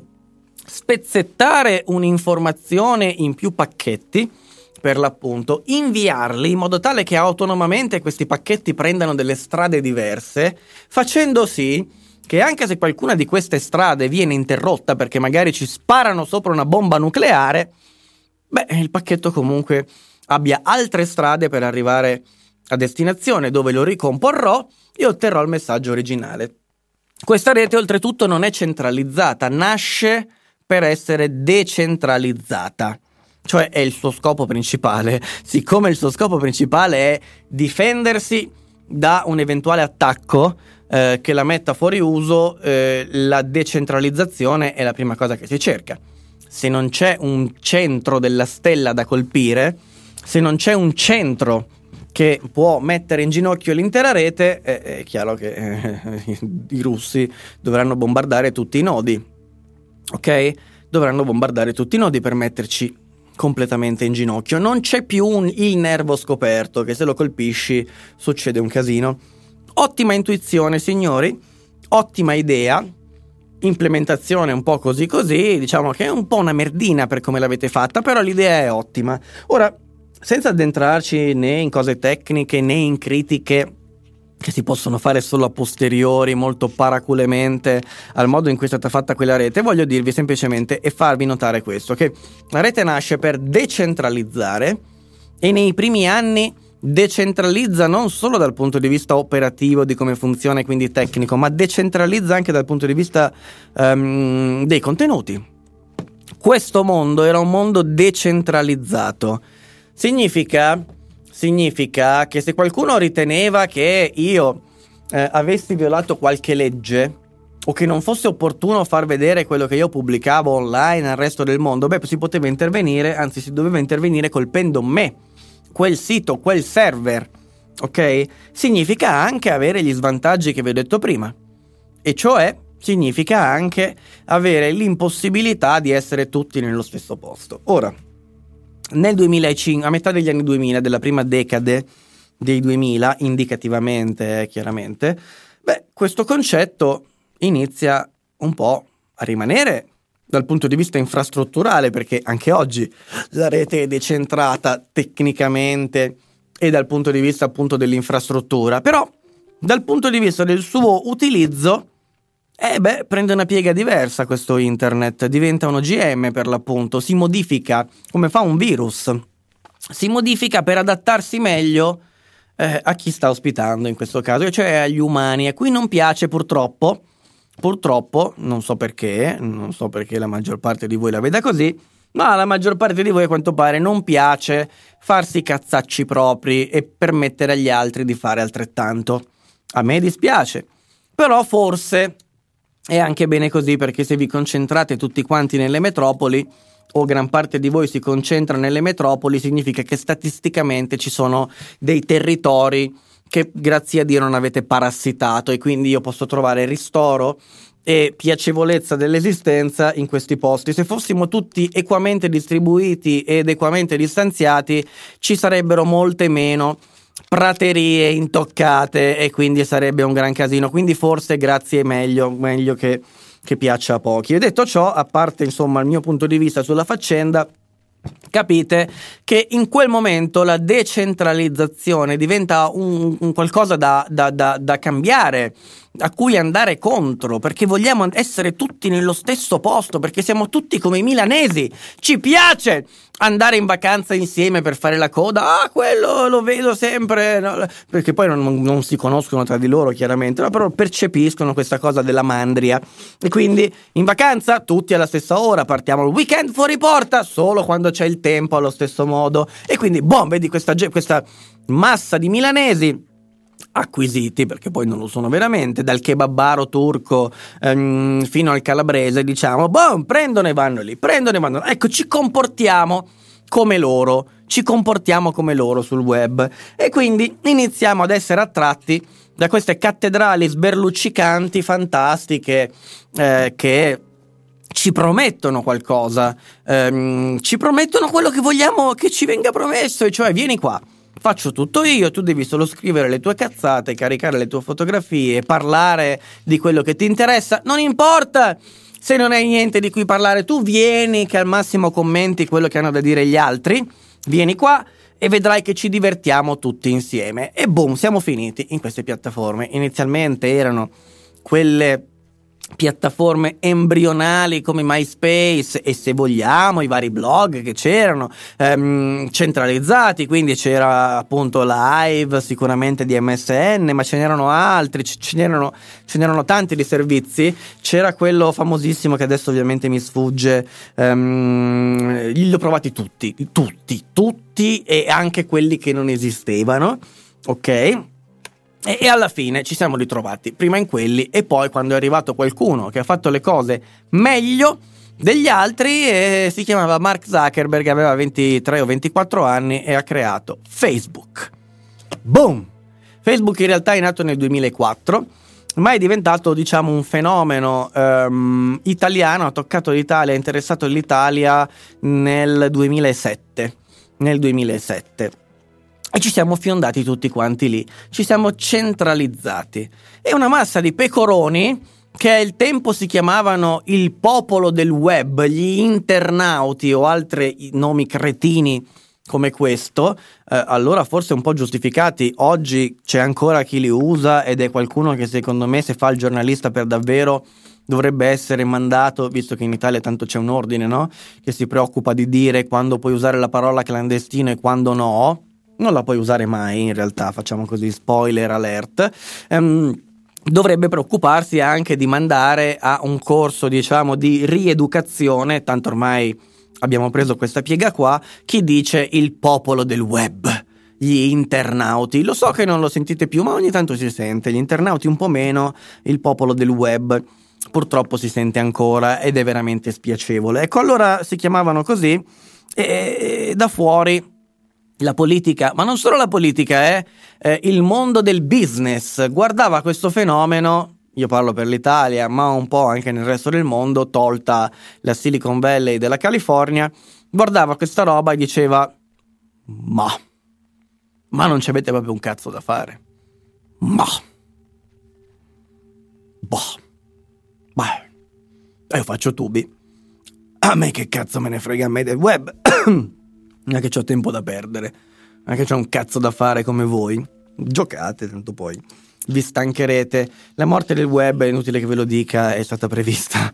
spezzettare un'informazione in più pacchetti, per l'appunto, inviarli in modo tale che autonomamente questi pacchetti prendano delle strade diverse, facendo sì che anche se qualcuna di queste strade viene interrotta perché magari ci sparano sopra una bomba nucleare, beh, il pacchetto comunque abbia altre strade per arrivare a destinazione, dove lo ricomporrò e otterrò il messaggio originale. Questa rete oltretutto non è centralizzata, nasce per essere decentralizzata, cioè è il suo scopo principale. Siccome il suo scopo principale è difendersi da un eventuale attacco eh, che la metta fuori uso, eh, la decentralizzazione è la prima cosa che si cerca. Se non c'è un centro della stella da colpire, se non c'è un centro che può mettere in ginocchio l'intera rete, è, è chiaro che eh, i russi dovranno bombardare tutti i nodi, ok? Dovranno bombardare tutti i nodi per metterci completamente in ginocchio. Non c'è più un, il nervo scoperto che se lo colpisci succede un casino. Ottima intuizione, signori, ottima idea, implementazione un po' così così, diciamo che è un po' una merdina per come l'avete fatta, però l'idea è ottima. Ora, senza addentrarci né in cose tecniche né in critiche che si possono fare solo a posteriori, molto paraculemente al modo in cui è stata fatta quella rete, voglio dirvi semplicemente e farvi notare questo, che la rete nasce per decentralizzare e nei primi anni decentralizza non solo dal punto di vista operativo di come funziona e quindi tecnico, ma decentralizza anche dal punto di vista um, dei contenuti. Questo mondo era un mondo decentralizzato. Significa, significa che se qualcuno riteneva che io eh, avessi violato qualche legge o che non fosse opportuno far vedere quello che io pubblicavo online al resto del mondo, beh, si poteva intervenire, anzi si doveva intervenire colpendo me, quel sito, quel server, ok? Significa anche avere gli svantaggi che vi ho detto prima, e cioè significa anche avere l'impossibilità di essere tutti nello stesso posto. Ora, nel duemilacinque, a metà degli anni duemila, della prima decade dei duemila, indicativamente, eh, chiaramente, beh, questo concetto inizia un po' a rimanere dal punto di vista infrastrutturale, perché anche oggi la rete è decentrata tecnicamente e dal punto di vista appunto dell'infrastruttura, però dal punto di vista del suo utilizzo, eh beh, prende una piega diversa questo internet, diventa un O G M per l'appunto, si modifica come fa un virus, si modifica per adattarsi meglio eh, a chi sta ospitando in questo caso, cioè agli umani, a cui non piace purtroppo, purtroppo, non so perché, non so perché la maggior parte di voi la veda così, ma la maggior parte di voi a quanto pare non piace farsi i cazzacci propri e permettere agli altri di fare altrettanto. A me dispiace, però forse è anche bene così, perché se vi concentrate tutti quanti nelle metropoli, o gran parte di voi si concentra nelle metropoli, significa che statisticamente ci sono dei territori che grazie a Dio non avete parassitato, e quindi io posso trovare ristoro e piacevolezza dell'esistenza in questi posti. Se fossimo tutti equamente distribuiti ed equamente distanziati, ci sarebbero molte meno praterie intoccate e quindi sarebbe un gran casino, quindi forse grazie è meglio, meglio che, che piaccia a pochi. E detto ciò, a parte insomma il mio punto di vista sulla faccenda, capite che in quel momento la decentralizzazione diventa un, un qualcosa da, da, da, da cambiare, a cui andare contro, perché vogliamo essere tutti nello stesso posto, perché siamo tutti come i milanesi, ci piace andare in vacanza insieme per fare la coda, ah quello lo vedo sempre, no? Perché poi non, non si conoscono tra di loro chiaramente, ma però percepiscono questa cosa della mandria, e quindi in vacanza tutti alla stessa ora, partiamo il weekend fuori porta solo quando c'è il tempo allo stesso modo, e quindi boh, vedi questa, questa massa di milanesi acquisiti, perché poi non lo sono veramente, dal kebabaro turco ehm, fino al calabrese, diciamo, boh, prendono e vanno lì, prendono e vanno là. Ecco, ci comportiamo come loro, ci comportiamo come loro sul web, e quindi iniziamo ad essere attratti da queste cattedrali sberluccicanti, fantastiche, eh, che ci promettono qualcosa, ehm, ci promettono quello che vogliamo che ci venga promesso, e cioè vieni qua, faccio tutto io, tu devi solo scrivere le tue cazzate, caricare le tue fotografie, parlare di quello che ti interessa, non importa se non hai niente di cui parlare, tu vieni che al massimo commenti quello che hanno da dire gli altri, vieni qua e vedrai che ci divertiamo tutti insieme. E boom, siamo finiti in queste piattaforme. Inizialmente erano quelle piattaforme embrionali come MySpace, e se vogliamo i vari blog che c'erano ehm, centralizzati, quindi c'era appunto la Hive sicuramente di M S N, ma ce n'erano altri, ce, ce n'erano ce n'erano tanti di servizi. C'era quello famosissimo che adesso ovviamente mi sfugge, ehm, li ho provati tutti tutti tutti e anche quelli che non esistevano, ok? E alla fine ci siamo ritrovati prima in quelli, e poi quando è arrivato qualcuno che ha fatto le cose meglio degli altri, e si chiamava Mark Zuckerberg, aveva ventitré o ventiquattro anni e ha creato Facebook. Boom! Facebook in realtà è nato nel duemilaquattro, ma è diventato diciamo un fenomeno um, italiano, ha toccato l'Italia, ha interessato l'Italia nel duemilasette. Nel duemilasette. E ci siamo fiondati tutti quanti lì, ci siamo centralizzati. E una massa di pecoroni, che al tempo si chiamavano il popolo del web, gli internauti o altri nomi cretini come questo, eh, allora forse un po' giustificati. Oggi c'è ancora chi li usa, ed è qualcuno che secondo me, se fa il giornalista per davvero, dovrebbe essere mandato, visto che in Italia tanto c'è un ordine, no? Che si preoccupa di dire quando puoi usare la parola clandestino e quando no. Non la puoi usare mai, in realtà, facciamo così, spoiler alert. Um, dovrebbe preoccuparsi anche di mandare a un corso, diciamo, di rieducazione, tanto ormai abbiamo preso questa piega qua, chi dice il popolo del web, gli internauti. Lo so che non lo sentite più, ma ogni tanto si sente, gli internauti un po' meno, il popolo del web purtroppo si sente ancora, ed è veramente spiacevole. Ecco, allora si chiamavano così, e da fuori la politica, ma non solo la politica, eh, eh, il mondo del business guardava questo fenomeno. Io parlo per l'Italia, ma un po' anche nel resto del mondo, tolta la Silicon Valley della California, guardava questa roba e diceva: ma, ma non ci avete proprio un cazzo da fare? Ma, boh, beh, io faccio tubi, a me che cazzo me ne frega a me del web? Non è che c'ho tempo da perdere. anche c'è un cazzo da fare come voi, giocate, tanto poi vi stancherete. La morte del web, è inutile che ve lo dica, è stata prevista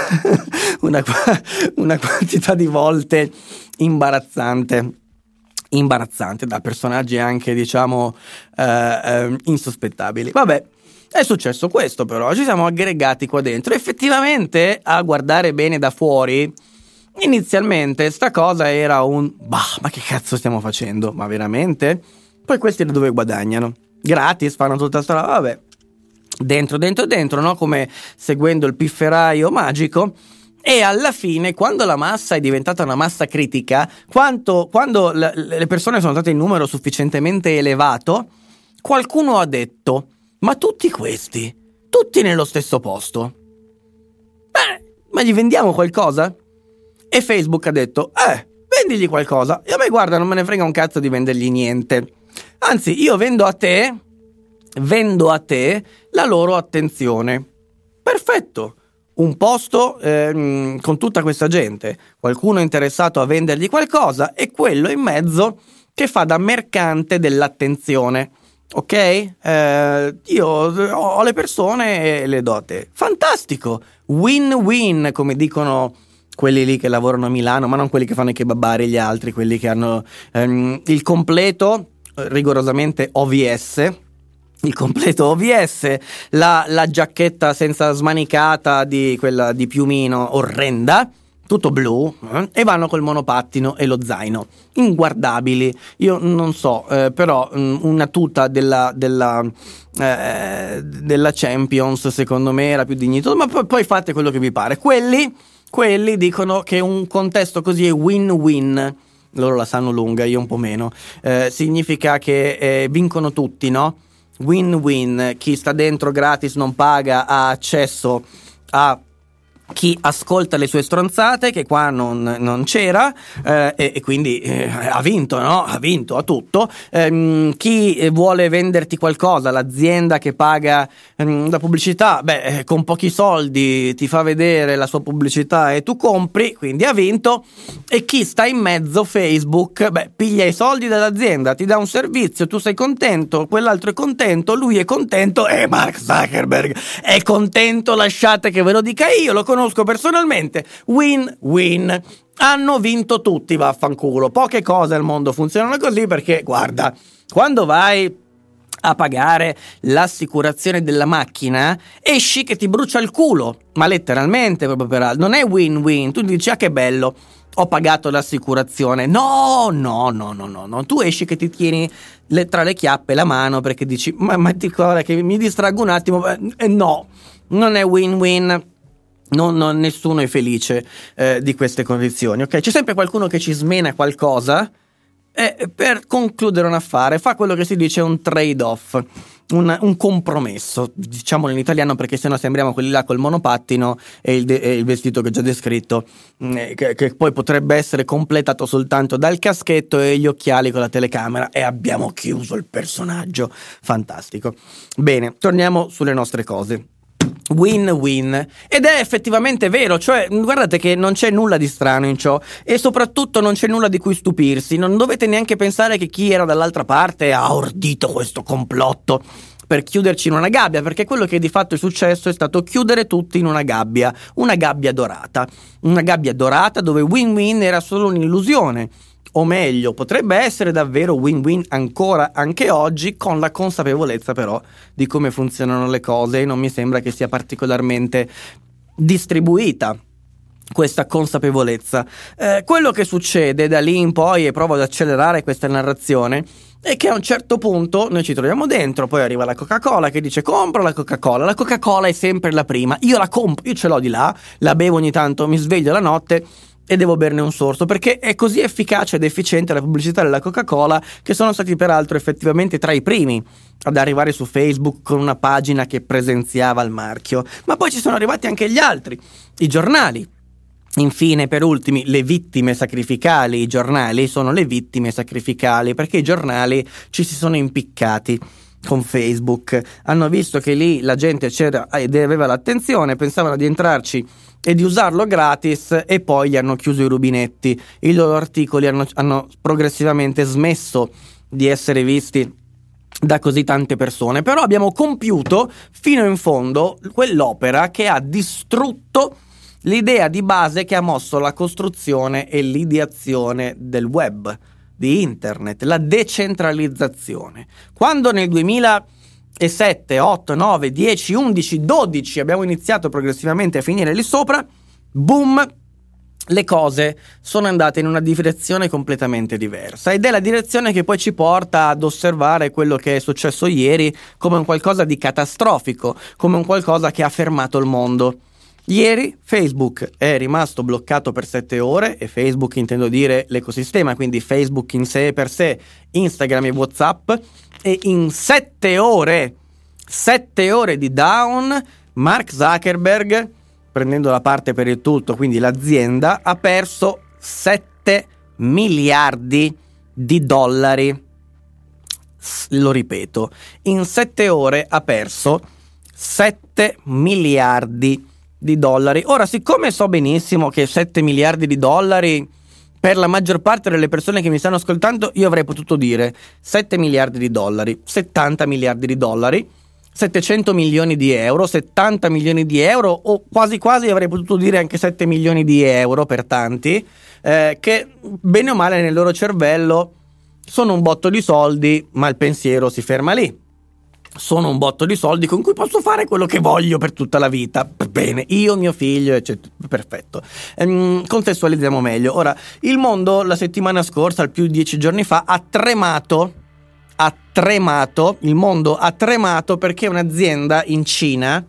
una, una quantità di volte imbarazzante imbarazzante da personaggi anche, diciamo, eh, eh, insospettabili. Vabbè, è successo questo, però ci siamo aggregati qua dentro. Effettivamente, a guardare bene da fuori, inizialmente sta cosa era un bah, ma che cazzo stiamo facendo? Ma veramente? Poi questi da dove guadagnano? Gratis, fanno tutta sta roba, vabbè. Dentro, dentro, dentro, no? Come seguendo il pifferaio magico. E alla fine, quando la massa è diventata una massa critica, quanto, quando l- le persone sono state in numero sufficientemente elevato, qualcuno ha detto: ma tutti questi, tutti nello stesso posto, beh, ma gli vendiamo qualcosa? E Facebook ha detto: eh, vendigli qualcosa. E a me, guarda, non me ne frega un cazzo di vendergli niente. Anzi, io vendo a te, vendo a te la loro attenzione. Perfetto. Un posto eh, con tutta questa gente, qualcuno interessato a vendergli qualcosa e quello in mezzo che fa da mercante dell'attenzione, ok? Eh, io ho le persone e le do a te. Fantastico! Win-win, come dicono quelli lì che lavorano a Milano, ma non quelli che fanno i kebabari, gli altri, quelli che hanno ehm, il completo, rigorosamente O V S, il completo O V S, la, la giacchetta senza smanicata di quella di piumino orrenda, tutto blu, eh, e vanno col monopattino e lo zaino, inguardabili. Io non so, eh, però mh, una tuta della, della, eh, della Champions secondo me era più dignitosa, ma poi, poi fate quello che vi pare. Quelli, quelli dicono che un contesto così è win-win. Loro la sanno lunga, io un po' meno. Eh, significa che eh, vincono tutti, no? Win-win, chi sta dentro gratis non paga, ha accesso a chi ascolta le sue stronzate, che qua non, non c'era, eh, e, e quindi eh, ha vinto, no? Ha vinto, ha tutto. Ehm, chi vuole venderti qualcosa, l'azienda che paga ehm, la pubblicità, beh, con pochi soldi ti fa vedere la sua pubblicità e tu compri, quindi ha vinto. E chi sta in mezzo, Facebook, beh, piglia i soldi dall'azienda, ti dà un servizio, tu sei contento, quell'altro è contento, lui è contento e Mark Zuckerberg è contento, lasciate che ve lo dica io, lo conosco personalmente. Win-win. Hanno vinto tutti, vaffanculo. Poche cose al mondo funzionano così, perché guarda, quando vai a pagare l'assicurazione della macchina esci che ti brucia il culo, ma letteralmente, proprio per altro. Non è win-win. Tu dici: ah, che bello, ho pagato l'assicurazione. No, no, no, no, no, no. Tu esci che ti tieni le, tra le chiappe la mano, perché dici: ma, ma ti guarda che mi distraggo un attimo. Eh, no, non è win-win. Non, non, nessuno è felice eh, di queste condizioni, ok? C'è sempre qualcuno che ci smena qualcosa e per concludere un affare fa quello che si dice un trade-off, un, un compromesso, diciamolo in italiano, perché sennò sembriamo quelli là col monopattino e il, de- e il vestito che ho già descritto, eh, che, che poi potrebbe essere completato soltanto dal caschetto e gli occhiali con la telecamera, e abbiamo chiuso il personaggio. Fantastico. Bene, torniamo sulle nostre cose. Win-win. Ed è effettivamente vero, cioè guardate che non c'è nulla di strano in ciò, e soprattutto non c'è nulla di cui stupirsi. Non dovete neanche pensare che chi era dall'altra parte ha ordito questo complotto per chiuderci in una gabbia, perché quello che di fatto è successo è stato chiudere tutti in una gabbia, una gabbia dorata, una gabbia dorata dove win-win era solo un'illusione. O meglio, potrebbe essere davvero win-win ancora anche oggi, con la consapevolezza però di come funzionano le cose, e non mi sembra che sia particolarmente distribuita questa consapevolezza. Eh, quello che succede da lì in poi, e provo ad accelerare questa narrazione, è che a un certo punto noi ci troviamo dentro, poi arriva la Coca-Cola che dice: compro la Coca-Cola. La Coca-Cola è sempre la prima, io la compro, io ce l'ho di là, la bevo ogni tanto, mi sveglio la notte e devo berne un sorso, perché è così efficace ed efficiente la pubblicità della Coca-Cola, che sono stati peraltro effettivamente tra i primi ad arrivare su Facebook con una pagina che presenziava il marchio. Ma poi ci sono arrivati anche gli altri, i giornali. Infine, per ultimi, le vittime sacrificali. I giornali sono le vittime sacrificali perché i giornali ci si sono impiccati con Facebook, hanno visto che lì la gente c'era ed aveva l'attenzione, pensavano di entrarci e di usarlo gratis, e poi gli hanno chiuso i rubinetti. I loro articoli hanno, hanno progressivamente smesso di essere visti da così tante persone, però abbiamo compiuto fino in fondo quell'opera che ha distrutto l'idea di base che ha mosso la costruzione e l'ideazione del web, di internet, la decentralizzazione. Quando nel duemilasette, otto, nove, dieci, undici, dodici abbiamo iniziato progressivamente a finire lì sopra, boom, le cose sono andate in una direzione completamente diversa, ed è la direzione che poi ci porta ad osservare quello che è successo ieri come un qualcosa di catastrofico, come un qualcosa che ha fermato il mondo. Ieri Facebook è rimasto bloccato per sette ore, e Facebook intendo dire l'ecosistema, quindi Facebook in sé per sé, Instagram e WhatsApp, e in sette ore, sette ore di down, Mark Zuckerberg, prendendo la parte per il tutto, quindi l'azienda, ha perso sette miliardi di dollari. Lo ripeto, in sette ore ha perso sette miliardi di dollari. Ora, siccome so benissimo che sette miliardi di dollari per la maggior parte delle persone che mi stanno ascoltando, io avrei potuto dire sette miliardi di dollari, settanta miliardi di dollari, settecento milioni di euro, settanta milioni di euro, o quasi quasi avrei potuto dire anche sette milioni di euro per tanti, eh, che bene o male nel loro cervello sono un botto di soldi, ma il pensiero si ferma lì. Sono un botto di soldi con cui posso fare quello che voglio per tutta la vita. Bene, io, mio figlio, eccetera. Perfetto. Ehm, contestualizziamo meglio. Ora, il mondo la settimana scorsa, al più di dieci giorni fa, ha tremato, ha tremato, il mondo ha tremato perché un'azienda in Cina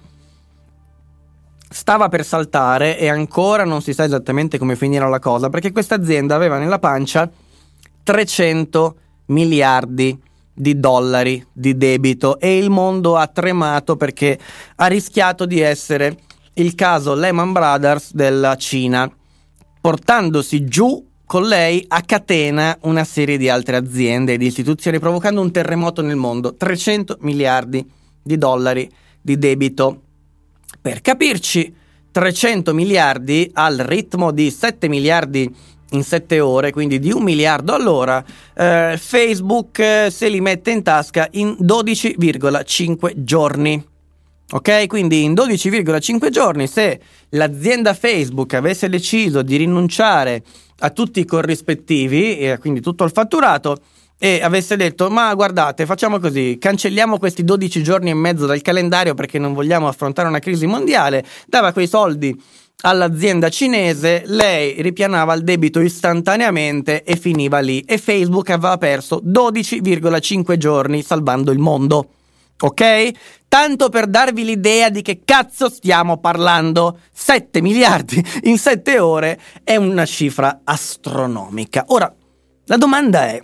stava per saltare, e ancora non si sa esattamente come finirà la cosa, perché questa azienda aveva nella pancia trecento miliardi di dollari di debito, e il mondo ha tremato perché ha rischiato di essere il caso Lehman Brothers della Cina, portandosi giù con lei a catena una serie di altre aziende e di istituzioni, provocando un terremoto nel mondo. trecento miliardi di dollari di debito. Per capirci, trecento miliardi al ritmo di sette miliardi in sette ore, quindi di un miliardo all'ora, eh, Facebook eh, se li mette in tasca in dodici virgola cinque giorni. Ok, quindi in dodici virgola cinque giorni, se l'azienda Facebook avesse deciso di rinunciare a tutti i corrispettivi, e quindi tutto il fatturato, e avesse detto: ma guardate, facciamo così, cancelliamo questi dodici giorni e mezzo dal calendario perché non vogliamo affrontare una crisi mondiale, dava quei soldi all'azienda cinese, lei ripianava il debito istantaneamente e finiva lì, e Facebook aveva perso dodici virgola cinque giorni salvando il mondo. Ok? Tanto per darvi l'idea di che cazzo stiamo parlando. sette miliardi in sette ore è una cifra astronomica. Ora, la domanda è: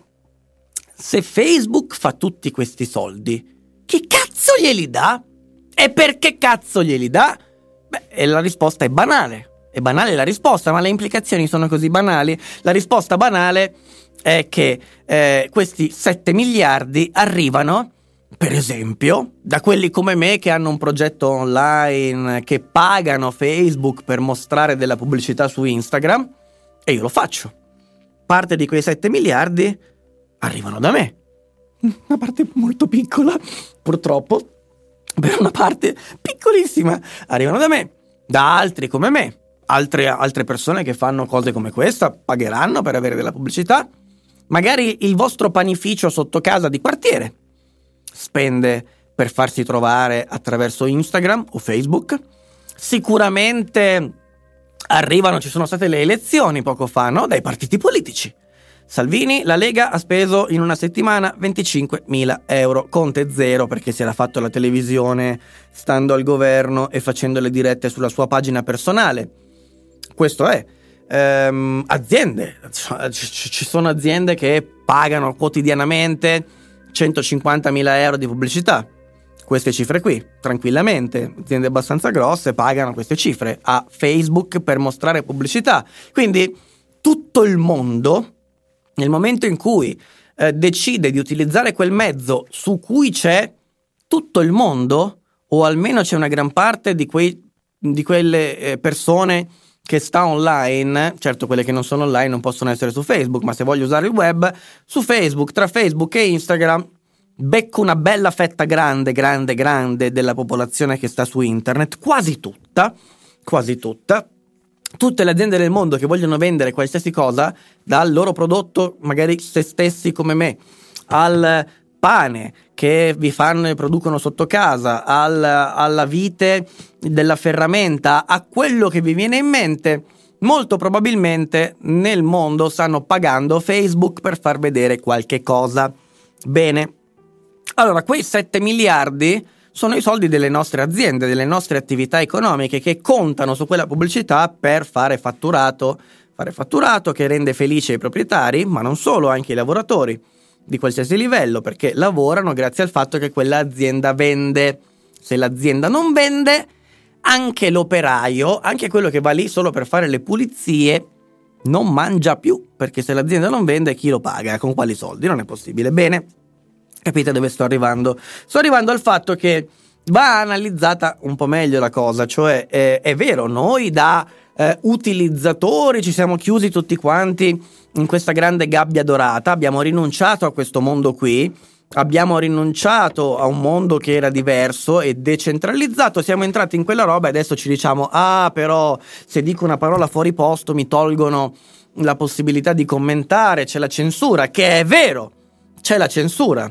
se Facebook fa tutti questi soldi, chi cazzo glieli dà? E perché cazzo glieli dà? Beh, e la risposta è banale. È banale la risposta, ma le implicazioni sono così banali. La risposta banale è che eh, questi sette miliardi arrivano, per esempio, da quelli come me che hanno un progetto online, che pagano Facebook per mostrare della pubblicità su Instagram, e io lo faccio. Parte di quei sette miliardi arrivano da me. Una parte molto piccola, purtroppo, per una parte piccolissima, arrivano da me. Da altri come me. Altre, altre persone che fanno cose come questa pagheranno per avere della pubblicità. Magari il vostro panificio sotto casa di quartiere spende per farsi trovare attraverso Instagram o Facebook. Sicuramente arrivano, ci sono state le elezioni poco fa, no? Dai partiti politici. Salvini, la Lega, ha speso in una settimana venticinquemila euro. Conte zero, perché si era fatto la televisione stando al governo e facendo le dirette sulla sua pagina personale. Questo è. Ehm, aziende, ci sono aziende che pagano quotidianamente centocinquantamila euro di pubblicità. Queste cifre qui, tranquillamente, aziende abbastanza grosse pagano queste cifre a Facebook per mostrare pubblicità. Quindi tutto il mondo, nel momento in cui eh, decide di utilizzare quel mezzo su cui c'è tutto il mondo, o almeno c'è una gran parte di, quei, di quelle eh, persone che sta online, certo quelle che non sono online non possono essere su Facebook, ma se voglio usare il web, su Facebook, tra Facebook e Instagram, becco una bella fetta grande, grande, grande della popolazione che sta su internet, quasi tutta, quasi tutta, tutte le aziende del mondo che vogliono vendere qualsiasi cosa, dal loro prodotto, magari se stessi come me, al pane che vi fanno e producono sotto casa, al, alla vite della ferramenta, a quello che vi viene in mente, molto probabilmente nel mondo stanno pagando Facebook per far vedere qualche cosa. Bene, allora quei sette miliardi sono i soldi delle nostre aziende, delle nostre attività economiche che contano su quella pubblicità per fare fatturato, fare fatturato che rende felici i proprietari, ma non solo, anche i lavoratori di qualsiasi livello, perché lavorano grazie al fatto che quell'azienda vende. Se l'azienda non vende, anche l'operaio, anche quello che va lì solo per fare le pulizie, non mangia più, perché se l'azienda non vende, chi lo paga? Con quali soldi? Non è possibile. Bene, capite dove sto arrivando? Sto arrivando al fatto che va analizzata un po' meglio la cosa, cioè eh, è vero, noi da eh, utilizzatori ci siamo chiusi tutti quanti in questa grande gabbia dorata, abbiamo rinunciato a questo mondo qui, abbiamo rinunciato a un mondo che era diverso e decentralizzato, siamo entrati in quella roba e adesso ci diciamo ah però se dico una parola fuori posto mi tolgono la possibilità di commentare, c'è la censura, che è vero, c'è la censura.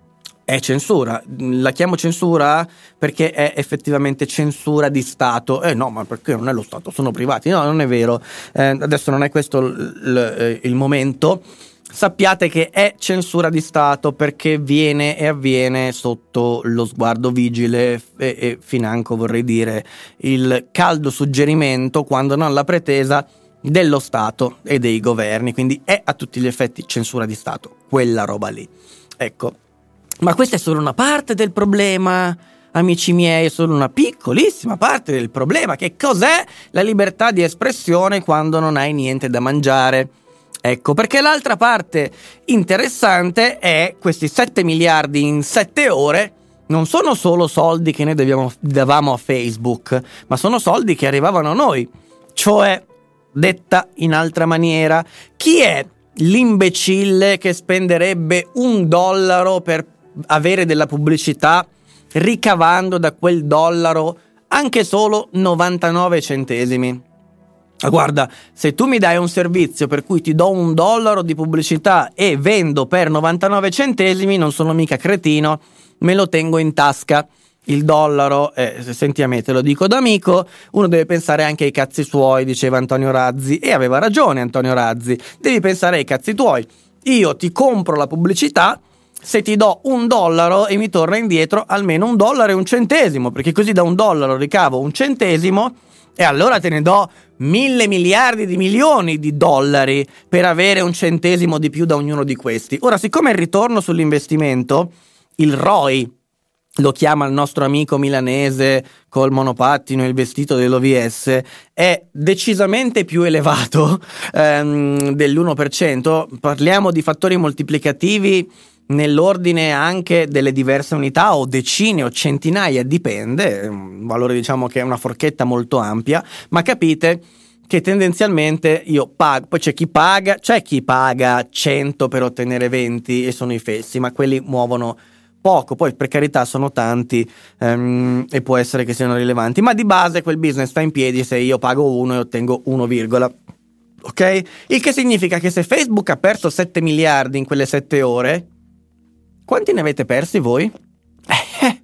È censura, la chiamo censura perché è effettivamente censura di Stato. Eh no, ma perché non è lo Stato, sono privati. No, non è vero, eh, adesso non è questo l- l- il momento. Sappiate che è censura di Stato perché viene e avviene sotto lo sguardo vigile e, e financo, vorrei dire, il caldo suggerimento, quando non la pretesa, dello Stato e dei governi. Quindi è a tutti gli effetti censura di Stato, quella roba lì. Ecco. Ma questa è solo una parte del problema, amici miei, è solo una piccolissima parte del problema. Che cos'è la libertà di espressione quando non hai niente da mangiare? Ecco, perché l'altra parte interessante è questi sette miliardi in sette ore. Non sono solo soldi che noi dobbiamo, davamo a Facebook, ma sono soldi che arrivavano a noi. Cioè, detta in altra maniera, chi è l'imbecille che spenderebbe un dollaro per avere della pubblicità ricavando da quel dollaro anche solo novantanove centesimi? Ah, guarda, se tu mi dai un servizio per cui ti do un dollaro di pubblicità e vendo per novantanove centesimi, non sono mica cretino, me lo tengo in tasca. Il dollaro, eh, senti a me, te lo dico da amico, uno deve pensare anche ai cazzi suoi, diceva Antonio Razzi, e aveva ragione Antonio Razzi, devi pensare ai cazzi tuoi. Io ti compro la pubblicità se ti do un dollaro e mi torna indietro almeno un dollaro e un centesimo, perché così da un dollaro ricavo un centesimo e allora te ne do mille miliardi di milioni di dollari per avere un centesimo di più da ognuno di questi. Ora, siccome il ritorno sull'investimento, il R O I, lo chiama il nostro amico milanese col monopattino e il vestito dell'O V S, è decisamente più elevato ehm, dell'uno per cento, parliamo di fattori moltiplicativi nell'ordine anche delle diverse unità o decine o centinaia, dipende, un valore diciamo che è una forchetta molto ampia, ma capite che tendenzialmente io pago, poi c'è chi paga, c'è chi paga cento per ottenere venti e sono i fessi, ma quelli muovono poco, poi per carità sono tanti um, e può essere che siano rilevanti, ma di base quel business sta in piedi se io pago uno e ottengo uno, ok? Il che significa che se Facebook ha perso sette miliardi in quelle sette ore, quanti ne avete persi voi? Eh,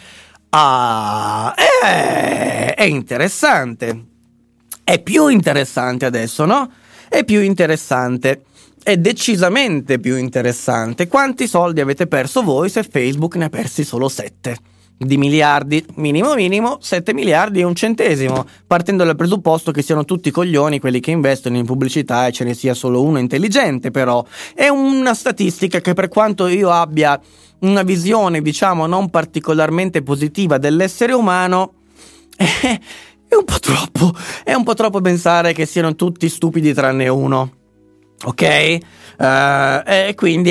ah, eh, è interessante. È più interessante adesso, no? È più interessante. È decisamente più interessante. Quanti soldi avete perso voi se Facebook ne ha persi solo sette? Di miliardi, minimo minimo sette miliardi e un centesimo, partendo dal presupposto che siano tutti coglioni quelli che investono in pubblicità e ce ne sia solo uno intelligente. Però è una statistica che, per quanto io abbia una visione diciamo non particolarmente positiva dell'essere umano, è, è un po' troppo è un po' troppo pensare che siano tutti stupidi tranne uno, ok? Uh, e quindi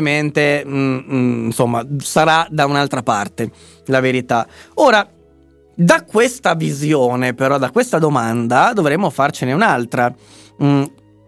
evidentemente mm, mm, insomma sarà da un'altra parte la verità. Ora, Da questa visione, però, da questa domanda, dovremmo farcene un'altra. Mm,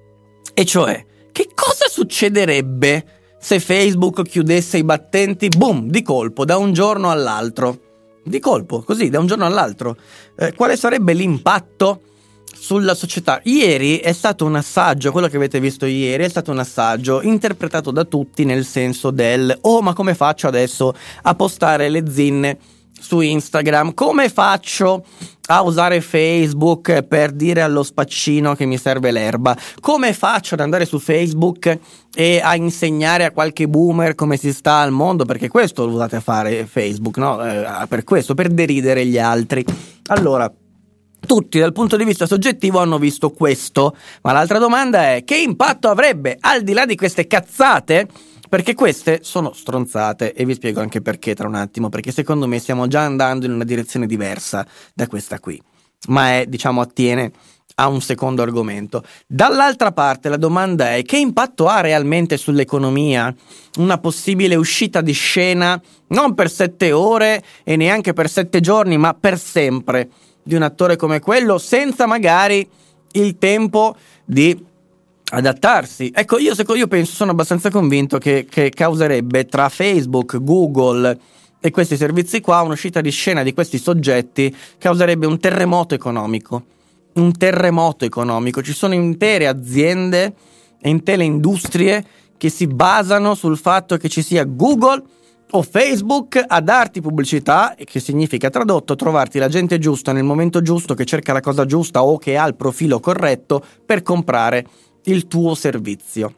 e cioè, che cosa succederebbe se Facebook chiudesse i battenti, boom, di colpo, da un giorno all'altro? Di colpo, così, da un giorno all'altro. Eh, quale sarebbe l'impatto sulla società? Ieri è stato un assaggio, quello che avete visto ieri è stato un assaggio interpretato da tutti nel senso del oh, ma come faccio adesso a postare le zinne su Instagram? Come faccio a usare Facebook per dire allo spaccino che mi serve l'erba? Come faccio ad andare su Facebook e a insegnare a qualche boomer come si sta al mondo? Perché questo lo usate a fare Facebook, no? Eh, per questo, per deridere gli altri. Allora, tutti dal punto di vista soggettivo hanno visto questo, ma l'altra domanda è: che impatto avrebbe, al di là di queste cazzate? Perché queste sono stronzate, e vi spiego anche perché tra un attimo, perché secondo me stiamo già andando in una direzione diversa da questa qui, ma è, diciamo, attiene a un secondo argomento. Dall'altra parte la domanda è: che impatto ha realmente sull'economia una possibile uscita di scena, non per sette ore e neanche per sette giorni, ma per sempre, di un attore come quello, senza magari il tempo di adattarsi? Ecco, io, io penso, sono abbastanza convinto che, che causerebbe tra Facebook, Google e questi servizi qua un'uscita di scena di questi soggetti, causerebbe un terremoto economico. Un terremoto economico. Ci sono intere aziende e intere industrie che si basano sul fatto che ci sia Google o Facebook a darti pubblicità, e che significa, tradotto, trovarti la gente giusta nel momento giusto, che cerca la cosa giusta o che ha il profilo corretto per comprare il tuo servizio.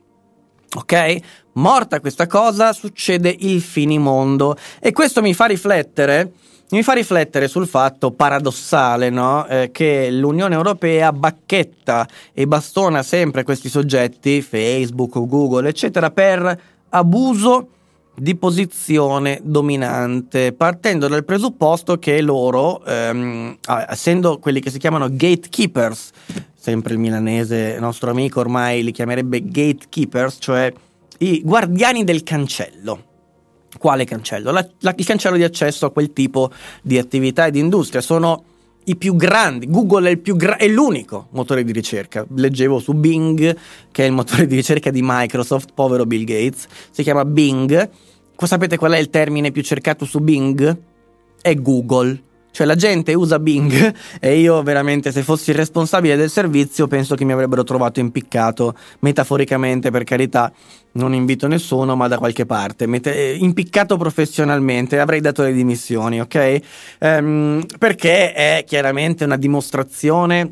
Ok? Morta questa cosa, succede il finimondo, e questo mi fa riflettere mi fa riflettere sul fatto paradossale, no? Eh, che l'Unione Europea bacchetta e bastona sempre questi soggetti, Facebook, Google, eccetera, per abuso di posizione dominante, partendo dal presupposto che loro, ehm, essendo quelli che si chiamano gatekeepers, sempre il milanese nostro amico ormai li chiamerebbe gatekeepers, cioè i guardiani del cancello. Quale cancello? La, la, il cancello di accesso a quel tipo di attività e di industria. Sono i più grandi. Google è il più gra- è l'unico motore di ricerca. Leggevo su Bing, che è il motore di ricerca di Microsoft, povero Bill Gates, si chiama Bing. Sapete qual è il termine più cercato su Bing? È Google. Cioè la gente usa Bing, e io veramente, se fossi il responsabile del servizio, penso che mi avrebbero trovato impiccato, metaforicamente, per carità, non invito nessuno, ma da qualche parte, Mete- impiccato professionalmente, avrei dato le dimissioni, ok? Ehm, perché è chiaramente una dimostrazione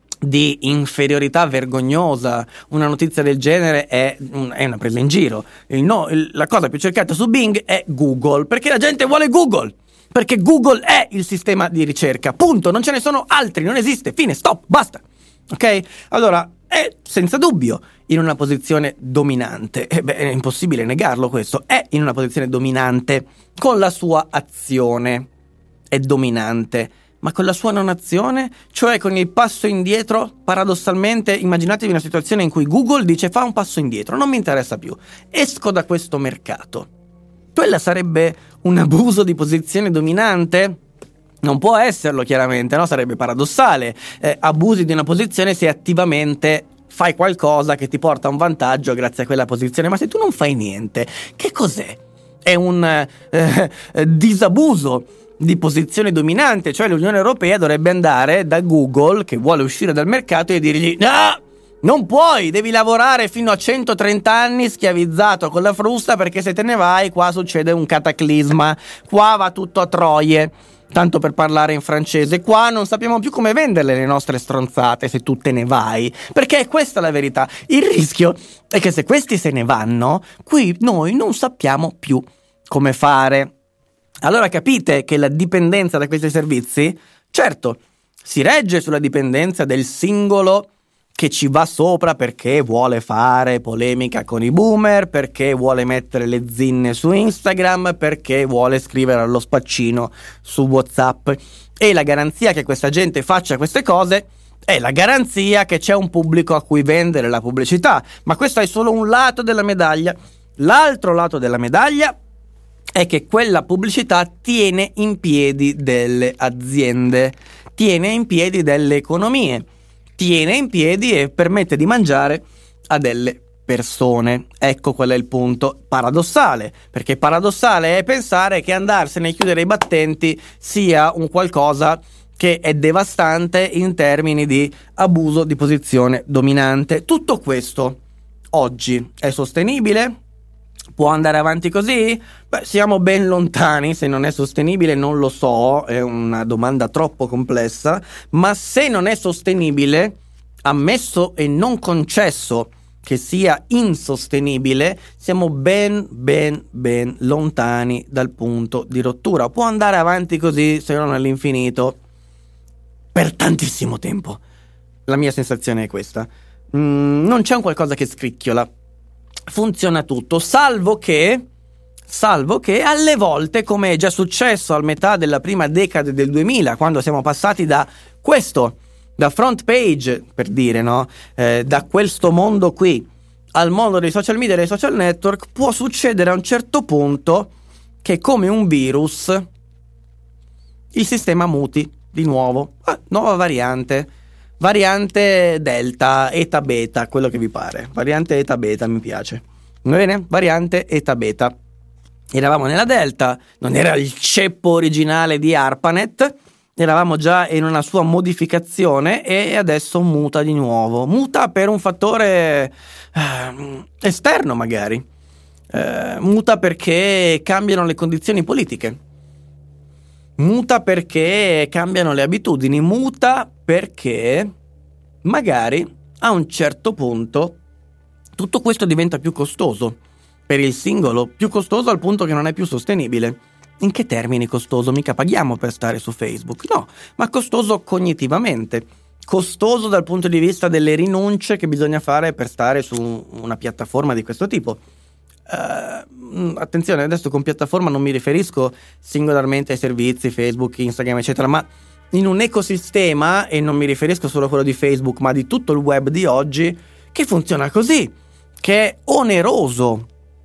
di inferiorità vergognosa. Una notizia del genere è, è una presa in giro. Il no, il, la cosa più cercata su Bing è Google, perché la gente vuole Google, perché Google è il sistema di ricerca, punto, non ce ne sono altri, non esiste, fine, stop, basta, ok? Allora, è senza dubbio in una posizione dominante, e beh, è impossibile negarlo questo, è in una posizione dominante con la sua azione, è dominante, ma con la sua non azione, cioè con il passo indietro, paradossalmente, immaginatevi una situazione in cui Google dice: fa un passo indietro, non mi interessa più, esco da questo mercato. Quella sarebbe un abuso di posizione dominante? Non può esserlo, chiaramente, no? Sarebbe paradossale. Eh, abusi di una posizione se attivamente fai qualcosa che ti porta a un vantaggio grazie a quella posizione, ma se tu non fai niente, che cos'è? È un eh, eh, disabuso di posizione dominante, cioè l'Unione Europea dovrebbe andare da Google, che vuole uscire dal mercato, e dirgli: no! Non puoi, devi lavorare fino a centotrenta anni schiavizzato con la frusta, perché se te ne vai qua succede un cataclisma, qua va tutto a troie, tanto per parlare in francese, qua non sappiamo più come venderle le nostre stronzate se tu te ne vai, perché è questa la verità. Il rischio è che se questi se ne vanno, qui noi non sappiamo più come fare. Allora capite che la dipendenza da questi servizi, certo, si regge sulla dipendenza del singolo che ci va sopra perché vuole fare polemica con i boomer, perché vuole mettere le zinne su Instagram, perché vuole scrivere allo spaccino su WhatsApp. E la garanzia che questa gente faccia queste cose è la garanzia che c'è un pubblico a cui vendere la pubblicità. Ma questo è solo un lato della medaglia. L'altro lato della medaglia è che quella pubblicità tiene in piedi delle aziende, tiene in piedi delle economie, tiene in piedi e permette di mangiare a delle persone. Ecco qual è il punto paradossale, perché paradossale è pensare che andarsene a chiudere i battenti sia un qualcosa che è devastante in termini di abuso di posizione dominante. Tutto questo oggi è sostenibile? Può andare avanti così? Beh, siamo ben lontani. Se non è sostenibile non lo so, è una domanda troppo complessa, ma se non è sostenibile, ammesso e non concesso che sia insostenibile, siamo ben ben ben lontani dal punto di rottura. Può andare avanti così, se non all'infinito, per tantissimo tempo. La mia sensazione è questa. Mm, non c'è un qualcosa che scricchiola. Funziona tutto, salvo che salvo che alle volte, come è già successo a metà della prima decade del duemila, quando siamo passati da questo, da front page, per dire, no? Eh, da questo mondo qui al mondo dei social media e dei social network, può succedere a un certo punto che, come un virus, il sistema muti di nuovo. Ah, nuova variante. Variante delta, eta beta, quello che vi pare. Variante eta beta mi piace. Va bene? Variante eta beta. Eravamo nella delta, non era il ceppo originale di ARPANET, eravamo già in una sua modificazione e adesso muta di nuovo. Muta per un fattore eh, esterno magari. Eh, muta perché cambiano le condizioni politiche. Muta perché cambiano le abitudini. Muta perché magari a un certo punto tutto questo diventa più costoso per il singolo, più costoso al punto che non è più sostenibile. In che termini costoso? Mica paghiamo per stare su Facebook, no, ma costoso cognitivamente, costoso dal punto di vista delle rinunce che bisogna fare per stare su una piattaforma di questo tipo. Uh, attenzione, adesso con piattaforma non mi riferisco singolarmente ai servizi Facebook, Instagram eccetera, ma in un ecosistema, e non mi riferisco solo a quello di Facebook ma di tutto il web di oggi, che funziona così, che è oneroso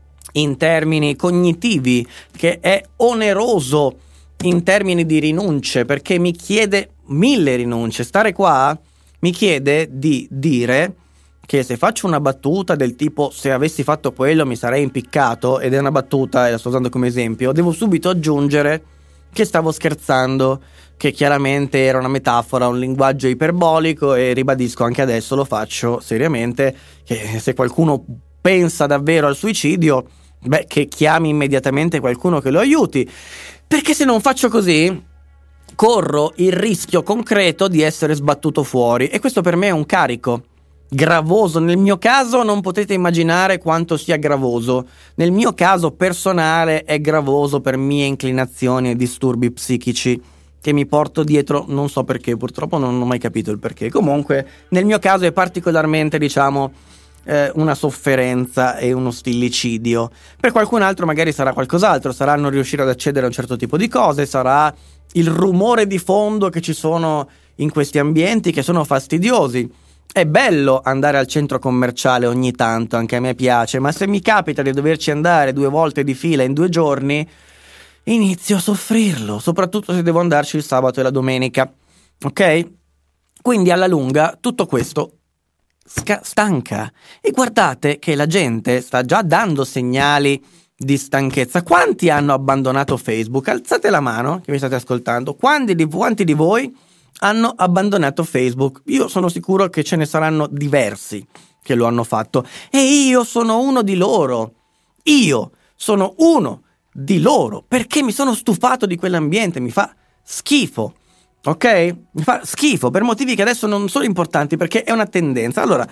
in termini cognitivi, che è oneroso in termini di rinunce, perché mi chiede mille rinunce. Stare qua mi chiede di dire che se faccio una battuta del tipo se avessi fatto quello mi sarei impiccato, ed è una battuta e la sto usando come esempio, devo subito aggiungere che stavo scherzando, che chiaramente era una metafora, un linguaggio iperbolico, e ribadisco anche adesso, lo faccio seriamente, che se qualcuno pensa davvero al suicidio, beh, che chiami immediatamente qualcuno che lo aiuti, perché se non faccio così corro il rischio concreto di essere sbattuto fuori, e questo per me è un carico gravoso. Nel mio caso non potete immaginare quanto sia gravoso. Nel mio caso personale è gravoso per mie inclinazioni e disturbi psichici che mi porto dietro, non so perché, purtroppo non ho mai capito il perché. Comunque nel mio caso è particolarmente, diciamo, eh, una sofferenza e uno stillicidio. Per qualcun altro magari sarà qualcos'altro, sarà non riuscire ad accedere a un certo tipo di cose, sarà il rumore di fondo che ci sono in questi ambienti che sono fastidiosi. È bello andare al centro commerciale ogni tanto, anche a me piace, ma se mi capita di doverci andare due volte di fila in due giorni, inizio a soffrirlo, soprattutto se devo andarci il sabato e la domenica, ok? Quindi alla lunga tutto questo sca- stanca, e guardate che la gente sta già dando segnali di stanchezza. Quanti hanno abbandonato Facebook? Alzate la mano che mi state ascoltando. Quanti di, quanti di voi hanno abbandonato Facebook? Io sono sicuro che ce ne saranno diversi che lo hanno fatto, e io sono uno di loro. Io sono uno di loro perché mi sono stufato di quell'ambiente, mi fa schifo, ok? Mi fa schifo per motivi che adesso non sono importanti, perché è una tendenza. Allora,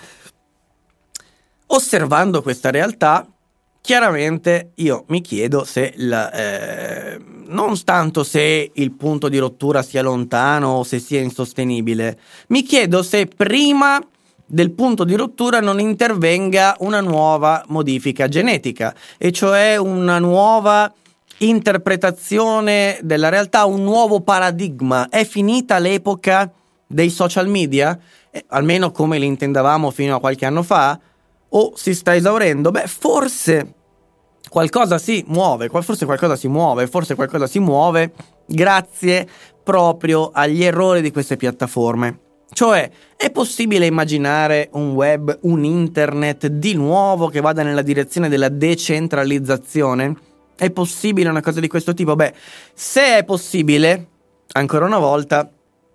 osservando questa realtà, chiaramente io mi chiedo se la, eh, non tanto se il punto di rottura sia lontano o se sia insostenibile, mi chiedo se prima del punto di rottura non intervenga una nuova modifica genetica, e cioè una nuova interpretazione della realtà, un nuovo paradigma. È finita l'epoca dei social media, eh, almeno come li intendavamo fino a qualche anno fa, o si sta esaurendo? Beh, forse qualcosa si muove, forse qualcosa si muove, forse qualcosa si muove grazie proprio agli errori di queste piattaforme. Cioè, è possibile immaginare un web, un internet di nuovo che vada nella direzione della decentralizzazione? È possibile una cosa di questo tipo? Beh, se è possibile, ancora una volta,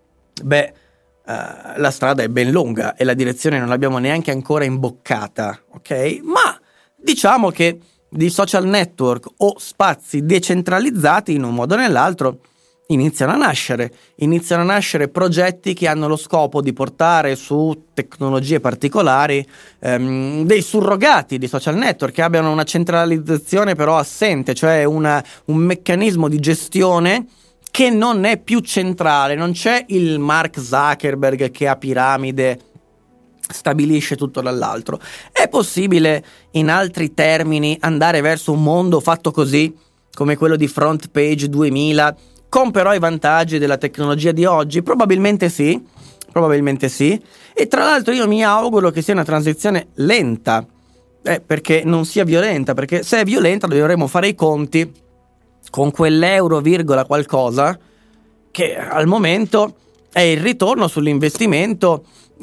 beh, uh, la strada è ben lunga e la direzione non l'abbiamo neanche ancora imboccata, ok? Ma diciamo che di social network o spazi decentralizzati, in un modo o nell'altro, iniziano a nascere, iniziano a nascere progetti che hanno lo scopo di portare su tecnologie particolari ehm, dei surrogati di social network che abbiano una centralizzazione però assente, cioè una, un meccanismo di gestione che non è più centrale, non c'è il Mark Zuckerberg che a piramide stabilisce tutto dall'altro. È possibile, in altri termini, andare verso un mondo fatto così, come quello di Front Page duemila, con però i vantaggi della tecnologia di oggi? Probabilmente sì, probabilmente sì. E tra l'altro io mi auguro che sia una transizione lenta, eh, perché non sia violenta, perché se è violenta dovremo fare i conti con quell'euro virgola qualcosa che al momento è il ritorno sull'investimento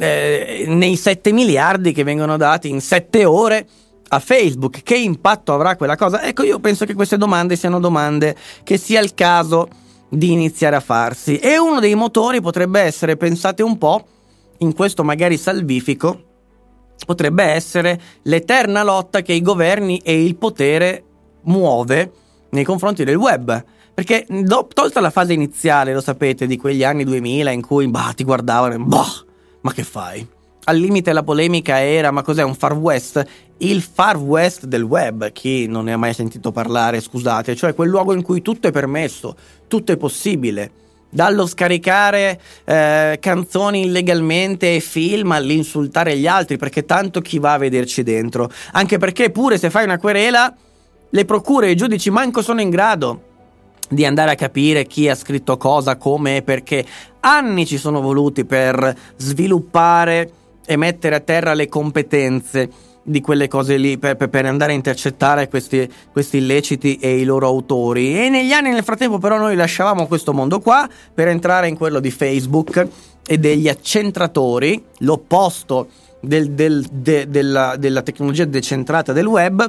eh, nei sette miliardi che vengono dati in sette ore a Facebook. Che impatto avrà quella cosa? Ecco, io penso che queste domande siano domande che sia il caso di iniziare a farsi, e uno dei motori potrebbe essere, pensate un po', in questo magari salvifico, potrebbe essere l'eterna lotta che i governi e il potere muove nei confronti del web, perché do, tolta la fase iniziale, lo sapete, di quegli anni duemila in cui bah, ti guardavano, boh, ma che fai? Al limite la polemica era: ma cos'è un Far West? Il Far West del web, chi non ne ha mai sentito parlare, scusate, cioè quel luogo in cui tutto è permesso, tutto è possibile, dallo scaricare eh, canzoni illegalmente e film all'insultare gli altri, perché tanto chi va a vederci dentro, anche perché pure se fai una querela le procure e i giudici manco sono in grado di andare a capire chi ha scritto cosa, come e perché. Anni ci sono voluti per sviluppare e mettere a terra le competenze di quelle cose lì, per, per andare a intercettare questi, questi illeciti e i loro autori. E negli anni, nel frattempo, però, noi lasciavamo questo mondo qua per entrare in quello di Facebook e degli accentratori, l'opposto del, del, de, della, della tecnologia decentrata del web.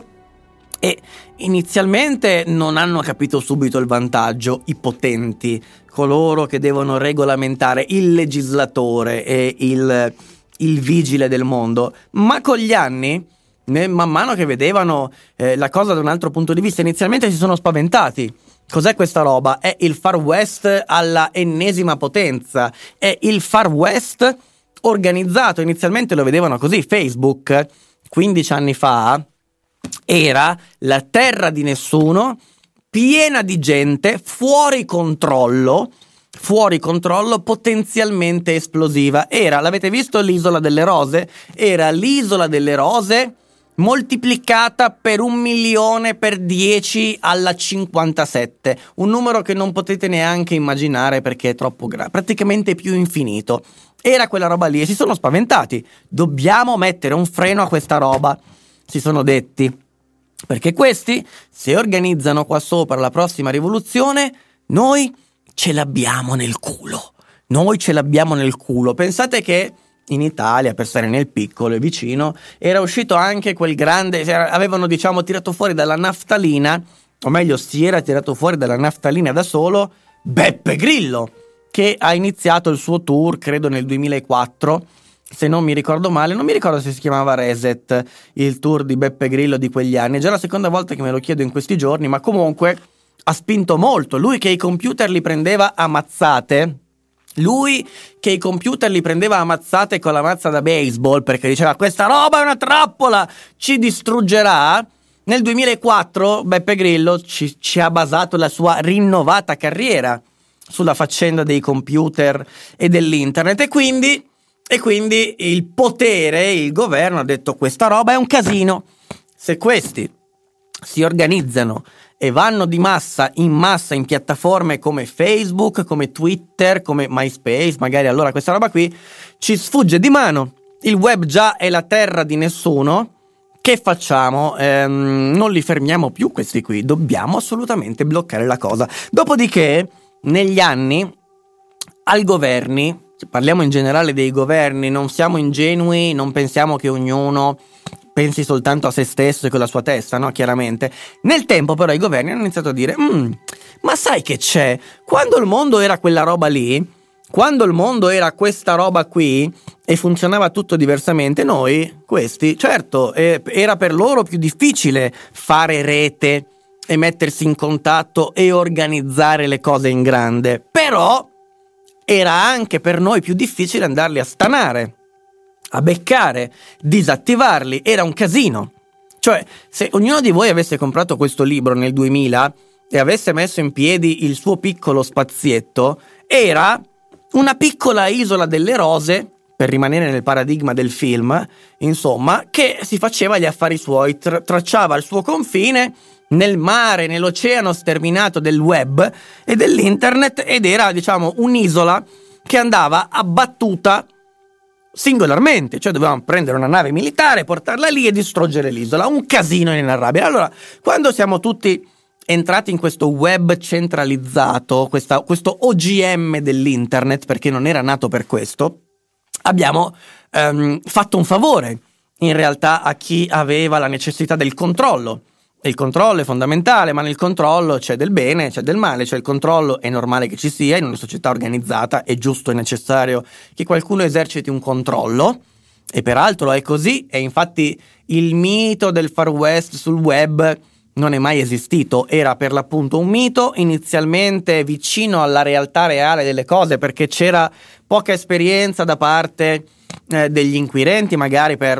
E inizialmente non hanno capito subito il vantaggio i potenti, coloro che devono regolamentare, il legislatore e il il vigile del mondo, ma con gli anni, man mano che vedevano eh, la cosa da un altro punto di vista, inizialmente si sono spaventati. Cos'è questa roba? È il Far West alla ennesima potenza, è il Far West organizzato. Inizialmente lo vedevano così. Facebook quindici anni fa era la terra di nessuno, piena di gente, fuori controllo, fuori controllo, potenzialmente esplosiva. Era, l'avete visto, l'Isola delle Rose? Era l'Isola delle Rose moltiplicata per un milione per dieci alla cinquantasette, un numero che non potete neanche immaginare perché è troppo grande, praticamente più infinito. Era quella roba lì e si sono spaventati. Dobbiamo mettere un freno a questa roba, si sono detti, perché questi, se organizzano qua sopra la prossima rivoluzione, noi ce l'abbiamo nel culo. Noi ce l'abbiamo nel culo. Pensate che in Italia, per stare nel piccolo e vicino, era uscito anche quel grande, avevano diciamo tirato fuori dalla naftalina, o meglio si era tirato fuori dalla naftalina da solo, Beppe Grillo, che ha iniziato il suo tour, credo nel duemilaquattro, se non mi ricordo male, non mi ricordo se si chiamava Reset, il tour di Beppe Grillo di quegli anni. È già la seconda volta che me lo chiedo in questi giorni, ma comunque ha spinto molto. Lui che i computer li prendeva a mazzate, lui che i computer li prendeva a mazzate con la mazza da baseball, perché diceva questa roba è una trappola, ci distruggerà. Nel duemilaquattro Beppe Grillo ci, ci ha basato la sua rinnovata carriera sulla faccenda dei computer e dell'internet, e quindi, e quindi il potere, il governo ha detto questa roba è un casino. Se questi si organizzano e vanno di massa in massa in piattaforme come Facebook, come Twitter, come MySpace, magari allora questa roba qui ci sfugge di mano. Il web già è la terra di nessuno, che facciamo? Ehm, non li fermiamo più questi qui, dobbiamo assolutamente bloccare la cosa. Dopodiché, negli anni, al governi, parliamo in generale dei governi, non siamo ingenui, non pensiamo che ognuno pensi soltanto a se stesso e con la sua testa, no? Chiaramente. Nel tempo però i governi hanno iniziato a dire mm, ma sai che c'è? Quando il mondo era quella roba lì, quando il mondo era questa roba qui e funzionava tutto diversamente, noi, questi, certo, eh, era per loro più difficile fare rete e mettersi in contatto e organizzare le cose in grande, però era anche per noi più difficile andarli a stanare, a beccare, disattivarli, era un casino. Cioè, se ognuno di voi avesse comprato questo libro nel duemila e avesse messo in piedi il suo piccolo spazietto, era una piccola isola delle rose, per rimanere nel paradigma del film, insomma, che si faceva gli affari suoi, tra- tracciava il suo confine nel mare, nell'oceano sterminato del web e dell'internet, ed era, diciamo, un'isola che andava abbattuta singolarmente, cioè dovevamo prendere una nave militare, portarla lì e distruggere l'isola, un casino inenarrabile. Allora, quando siamo tutti entrati in questo web centralizzato, questa, questo O G M dell'internet, perché non era nato per questo, abbiamo um, fatto un favore in realtà a chi aveva la necessità del controllo. Il controllo è fondamentale, ma nel controllo c'è del bene, c'è del male. Cioè il controllo è normale che ci sia in una società organizzata, è giusto e necessario che qualcuno eserciti un controllo, e peraltro è così, e infatti il mito del Far West sul web non è mai esistito, era per l'appunto un mito inizialmente vicino alla realtà reale delle cose, perché c'era poca esperienza da parte eh, degli inquirenti magari per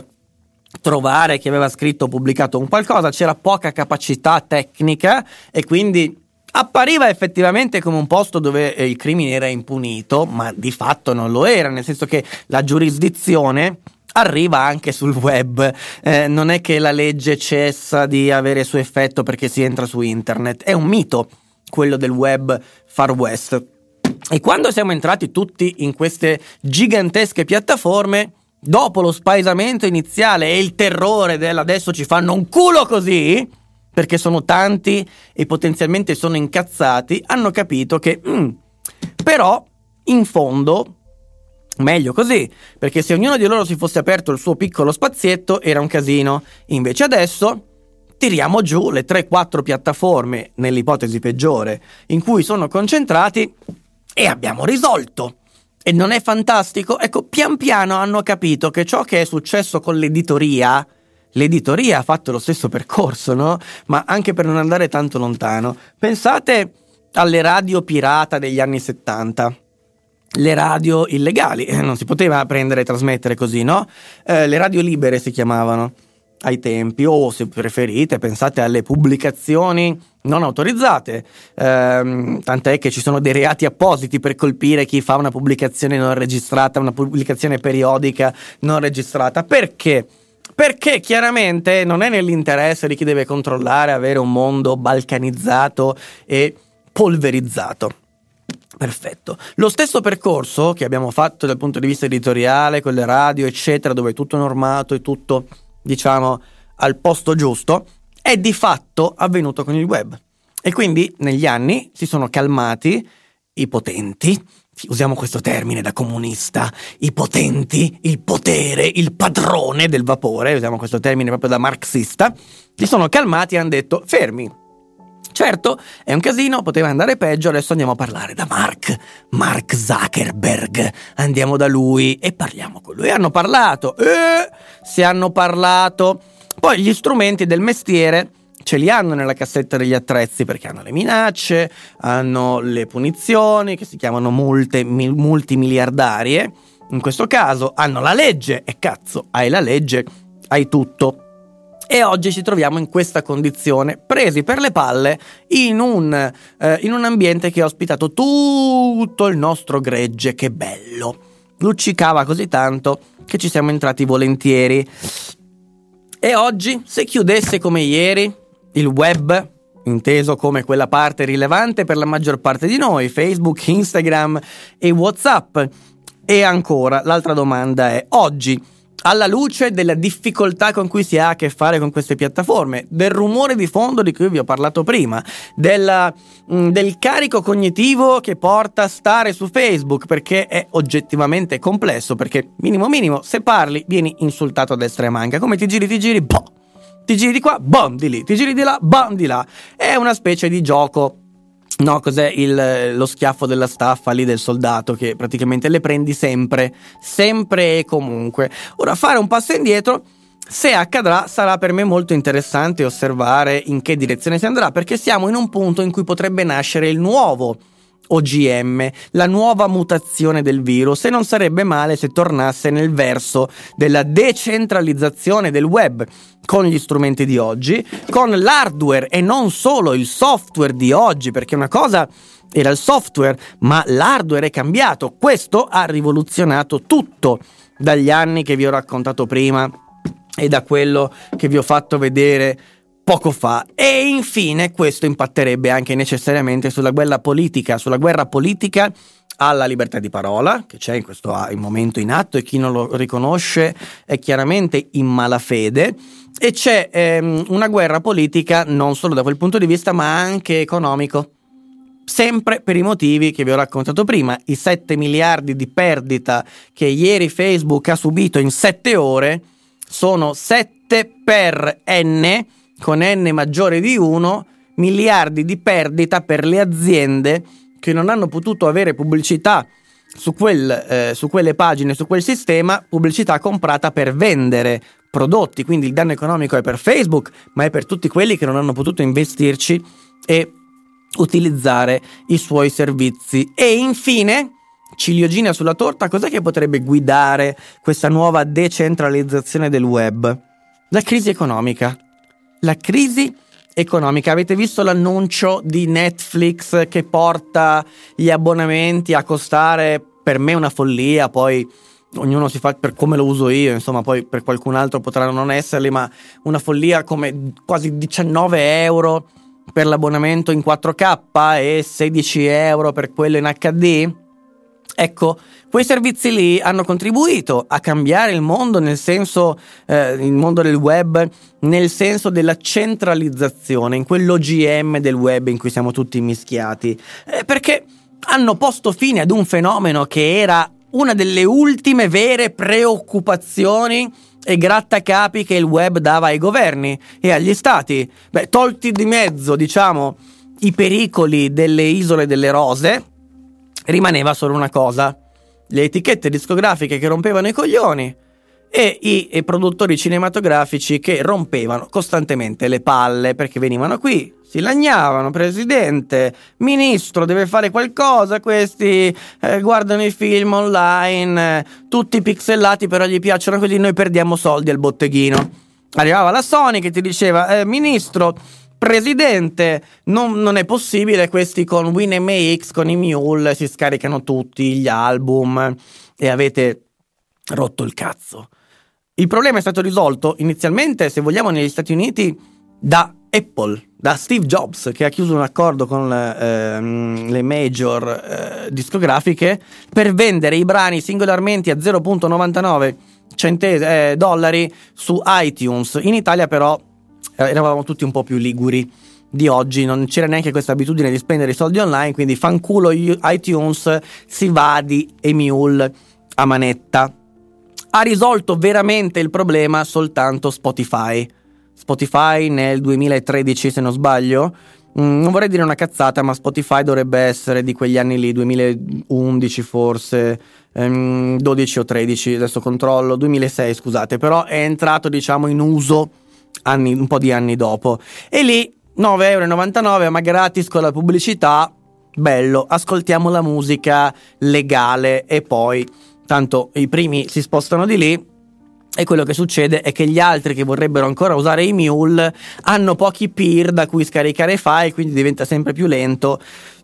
trovare chi aveva scritto o pubblicato un qualcosa, c'era poca capacità tecnica e quindi appariva effettivamente come un posto dove il crimine era impunito, ma di fatto non lo era, nel senso che la giurisdizione arriva anche sul web, eh, non è che la legge cessa di avere il suo effetto perché si entra su internet, è un mito quello del web Far West. E quando siamo entrati tutti in queste gigantesche piattaforme, dopo lo spaesamento iniziale e il terrore del adesso ci fanno un culo così, perché sono tanti e potenzialmente sono incazzati, hanno capito che mm, però in fondo meglio così, perché se ognuno di loro si fosse aperto il suo piccolo spazietto era un casino. Invece adesso tiriamo giù le tre quattro piattaforme, nell'ipotesi peggiore, in cui sono concentrati e abbiamo risolto. E non è fantastico? Ecco, pian piano hanno capito che ciò che è successo con l'editoria, l'editoria ha fatto lo stesso percorso, no? Ma anche per non andare tanto lontano, pensate alle radio pirata degli anni settanta, le radio illegali, eh, non si poteva prendere e trasmettere così, no? Eh, le radio libere si chiamavano ai tempi, o se preferite pensate alle pubblicazioni non autorizzate, ehm, tant'è che ci sono dei reati appositi per colpire chi fa una pubblicazione non registrata, una pubblicazione periodica non registrata. Perché? Perché chiaramente non è nell'interesse di chi deve controllare avere un mondo balcanizzato e polverizzato. Perfetto. Lo stesso percorso che abbiamo fatto dal punto di vista editoriale con le radio eccetera, dove è tutto normato e tutto, diciamo, al posto giusto, è di fatto avvenuto con il web. E quindi negli anni si sono calmati i potenti, usiamo questo termine da comunista, i potenti, il potere, il padrone del vapore, usiamo questo termine proprio da marxista, si sono calmati e hanno detto fermi. Certo, è un casino, poteva andare peggio, adesso andiamo a parlare da Mark, Mark Zuckerberg, andiamo da lui e parliamo con lui. E hanno parlato, eh, si hanno parlato, poi gli strumenti del mestiere ce li hanno nella cassetta degli attrezzi, perché hanno le minacce, hanno le punizioni, che si chiamano multe mil, multimiliardarie, in questo caso hanno la legge, e cazzo, hai la legge, hai tutto. E oggi ci troviamo in questa condizione, presi per le palle in un, eh, in un ambiente che ha ospitato tutto il nostro gregge. Che bello, luccicava così tanto che ci siamo entrati volentieri. E oggi, se chiudesse come ieri il web, inteso come quella parte rilevante per la maggior parte di noi, Facebook, Instagram e WhatsApp, e ancora l'altra domanda è: oggi alla luce della difficoltà con cui si ha a che fare con queste piattaforme, del rumore di fondo di cui vi ho parlato prima, della, mh, del carico cognitivo che porta a stare su Facebook, perché è oggettivamente complesso, perché minimo minimo se parli vieni insultato a destra e a manca, come ti giri ti giri, boh, ti giri di qua, bom, di lì, ti giri di là, bom, di là, è una specie di gioco. No, cos'è il, lo schiaffo della staffa lì del soldato, che praticamente le prendi sempre, sempre e comunque. Ora, fare un passo indietro, se accadrà, sarà per me molto interessante osservare in che direzione si andrà, perché siamo in un punto in cui potrebbe nascere il nuovo O G M, la nuova mutazione del virus, e non sarebbe male se tornasse nel verso della decentralizzazione del web, con gli strumenti di oggi, con l'hardware e non solo il software di oggi, perché una cosa era il software, ma l'hardware è cambiato. Questo ha rivoluzionato tutto, dagli anni che vi ho raccontato prima e da quello che vi ho fatto vedere poco fa. E infine questo impatterebbe anche necessariamente sulla guerra politica, sulla guerra politica alla libertà di parola, che c'è in questo momento in atto, e chi non lo riconosce è chiaramente in malafede, e c'è ehm, una guerra politica non solo da quel punto di vista, ma anche economico, sempre per i motivi che vi ho raccontato prima. I sette miliardi di perdita che ieri Facebook ha subito in sette ore sono sette per n, con n maggiore di uno, miliardi di perdita per le aziende che non hanno potuto avere pubblicità su, quel, eh, su quelle pagine, su quel sistema, pubblicità comprata per vendere prodotti. Quindi il danno economico è per Facebook, ma è per tutti quelli che non hanno potuto investirci e utilizzare i suoi servizi. E infine, ciliegina sulla torta, cos'è che potrebbe guidare questa nuova decentralizzazione del web? La crisi economica. La crisi economica. Avete visto l'annuncio di Netflix che porta gli abbonamenti a costare, per me una follia, poi ognuno si fa per come lo uso io, insomma, poi per qualcun altro potranno non esserli, ma una follia come quasi diciannove euro per l'abbonamento in quattro K e sedici euro per quello in acca di. Ecco, quei servizi lì hanno contribuito a cambiare il mondo, nel senso, eh, il mondo del web, nel senso della centralizzazione, in quell'O G M del web in cui siamo tutti mischiati, eh, perché hanno posto fine ad un fenomeno che era una delle ultime vere preoccupazioni e grattacapi che il web dava ai governi e agli stati. Beh, tolti di mezzo, diciamo, i pericoli delle isole delle rose, rimaneva solo una cosa: le etichette discografiche che rompevano i coglioni e i, i produttori cinematografici che rompevano costantemente le palle, perché venivano qui, si lagnavano: presidente, ministro, deve fare qualcosa, questi eh, guardano i film online, eh, tutti pixelati, però gli piacciono così, noi perdiamo soldi al botteghino. Arrivava la Sony che ti diceva: eh, ministro, presidente, non, non è possibile, questi con WinMX, con i Mule si scaricano tutti gli album e avete rotto il cazzo. Il problema è stato risolto inizialmente, se vogliamo, negli Stati Uniti da Apple, da Steve Jobs, che ha chiuso un accordo con ehm, le major eh, discografiche per vendere i brani singolarmente a zero virgola novantanove centes- eh, dollari su iTunes. In Italia però eravamo tutti un po' più liguri di oggi, non c'era neanche questa abitudine di spendere i soldi online, quindi fanculo iTunes, si va di Emule a manetta. Ha risolto veramente il problema soltanto Spotify. Spotify nel duemilatredici, se non sbaglio, mm, non vorrei dire una cazzata, ma Spotify dovrebbe essere di quegli anni lì, duemilaundici forse, ehm, dodici o tredici, adesso controllo, duemilasei scusate, però è entrato, diciamo, in uso anni, un po' di anni dopo, e lì nove virgola novantanove euro ma gratis con la pubblicità, bello, ascoltiamo la musica legale e poi tanto i primi si spostano di lì e quello che succede è che gli altri che vorrebbero ancora usare i Mule hanno pochi peer da cui scaricare i file, quindi diventa sempre più lento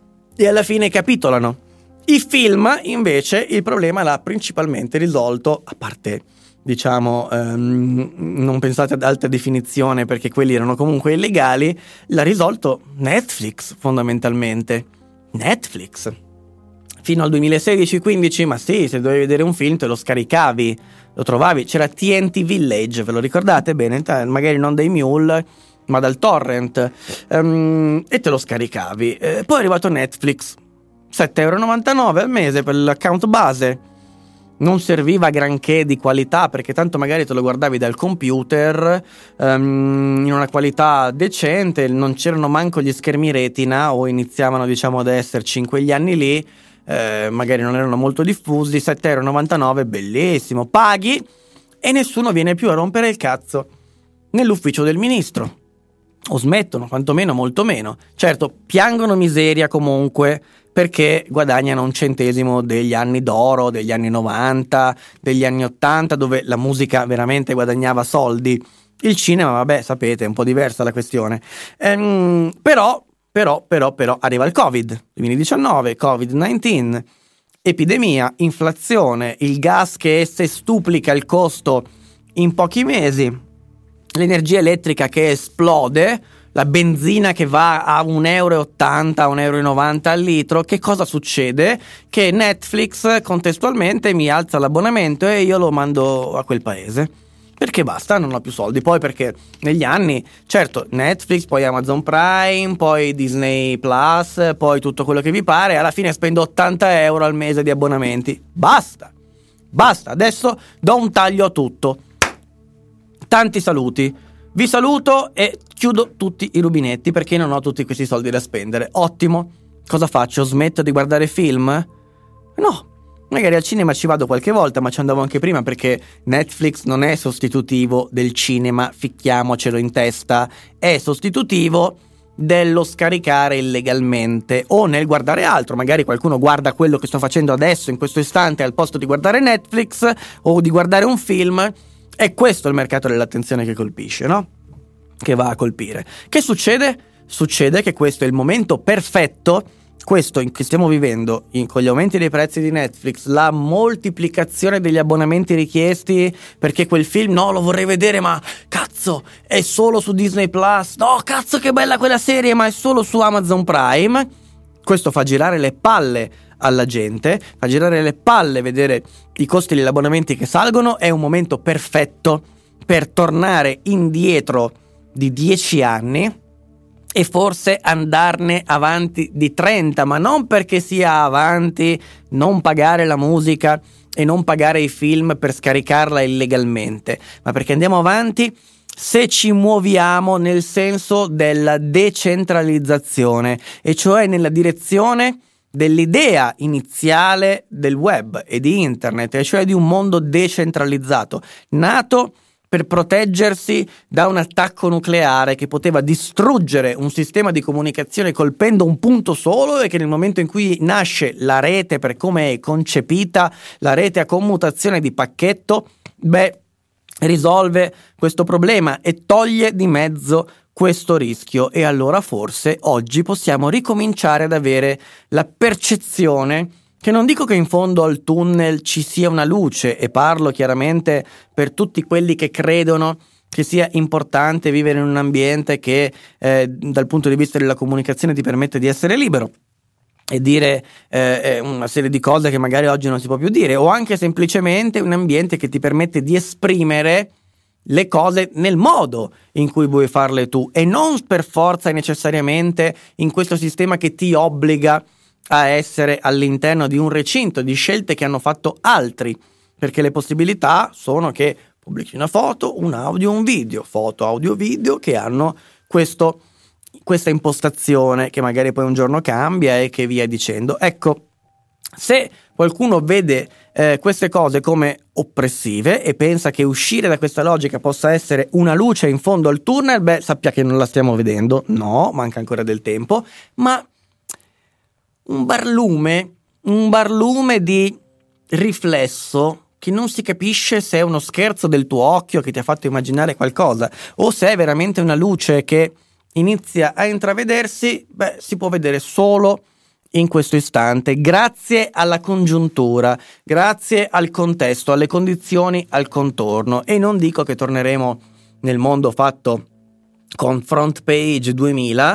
e alla fine capitolano. I film invece il problema l'ha principalmente risolto, a parte, diciamo, ehm, non pensate ad alta definizione perché quelli erano comunque illegali, l'ha risolto Netflix fondamentalmente. Netflix. fino al duemilasedici quindici, ma sì, se dovevi vedere un film te lo scaricavi, lo trovavi, c'era T N T Village, ve lo ricordate bene? Magari non dai Mule, ma dal torrent, um, e te lo scaricavi. Eh, poi è arrivato Netflix, sette virgola novantanove euro al mese per l'account base. Non serviva granché di qualità, perché tanto magari te lo guardavi dal computer um, in una qualità decente, non c'erano manco gli schermi retina, o iniziavano diciamo ad esserci in quegli anni lì, eh, magari non erano molto diffusi. Sette virgola novantanove euro, bellissimo, paghi e nessuno viene più a rompere il cazzo nell'ufficio del ministro, o smettono, quantomeno molto meno. Certo, piangono miseria comunque, perché guadagnano un centesimo degli anni d'oro, degli anni novanta, degli anni ottanta, dove la musica veramente guadagnava soldi. Il cinema, vabbè, sapete, è un po' diversa la questione. Ehm, però, però, però, però, arriva il Covid, duemiladiciannove, covid diciannove, epidemia, inflazione, il gas che sestuplica il costo in pochi mesi, l'energia elettrica che esplode, la benzina che va a un euro e ottanta, un euro e novanta al litro. Che cosa succede? Che Netflix contestualmente mi alza l'abbonamento e io lo mando a quel paese, perché basta, non ho più soldi. Poi perché negli anni, certo, Netflix, poi Amazon Prime, poi Disney Plus, poi tutto quello che vi pare, alla fine spendo ottanta euro al mese di abbonamenti. Basta, basta, adesso do un taglio a tutto. Tanti saluti. Vi saluto e chiudo tutti i rubinetti, perché non ho tutti questi soldi da spendere. Ottimo. Cosa faccio? Smetto di guardare film? No. Magari al cinema ci vado qualche volta, ma ci andavo anche prima, perché Netflix non è sostitutivo del cinema, ficchiamocelo in testa. È sostitutivo dello scaricare illegalmente o nel guardare altro. Magari qualcuno guarda quello che sto facendo adesso in questo istante al posto di guardare Netflix o di guardare un film. E questo è il mercato dell'attenzione che colpisce, no? Che va a colpire. Che succede? Succede che questo è il momento perfetto, questo in cui stiamo vivendo, in, con gli aumenti dei prezzi di Netflix, la moltiplicazione degli abbonamenti richiesti, perché quel film, no, lo vorrei vedere, ma cazzo, è solo su Disney Plus, no, cazzo che bella quella serie, ma è solo su Amazon Prime. Questo fa girare le palle alla gente, fa girare le palle vedere i costi degli abbonamenti che salgono. È un momento perfetto per tornare indietro di dieci anni e forse andarne avanti di trenta, ma non perché sia avanti non pagare la musica e non pagare i film per scaricarla illegalmente, ma perché andiamo avanti se ci muoviamo nel senso della decentralizzazione, e cioè nella direzione dell'idea iniziale del web e di internet, e cioè di un mondo decentralizzato, nato per proteggersi da un attacco nucleare che poteva distruggere un sistema di comunicazione colpendo un punto solo, e che nel momento in cui nasce la rete per come è concepita, la rete a commutazione di pacchetto, beh, risolve questo problema e toglie di mezzo questo rischio. E allora forse oggi possiamo ricominciare ad avere la percezione che, non dico che in fondo al tunnel ci sia una luce, e parlo chiaramente per tutti quelli che credono che sia importante vivere in un ambiente che eh, dal punto di vista della comunicazione ti permette di essere libero e dire eh, una serie di cose che magari oggi non si può più dire, o anche semplicemente un ambiente che ti permette di esprimere le cose nel modo in cui vuoi farle tu, e non per forza e necessariamente in questo sistema che ti obbliga a essere all'interno di un recinto di scelte che hanno fatto altri, perché le possibilità sono che pubblichi una foto, un audio, un video, foto, audio, video, che hanno questo, questa impostazione che magari poi un giorno cambia e che via dicendo. Ecco, se qualcuno vede eh, queste cose come oppressive e pensa che uscire da questa logica possa essere una luce in fondo al tunnel, beh, sappia che non la stiamo vedendo. No, manca ancora del tempo, ma un barlume, un barlume di riflesso che non si capisce se è uno scherzo del tuo occhio che ti ha fatto immaginare qualcosa, o se è veramente una luce che inizia a intravedersi, beh, si può vedere solo in questo istante, grazie alla congiuntura, grazie al contesto, alle condizioni, al contorno. E non dico che torneremo nel mondo fatto con Front Page duemila,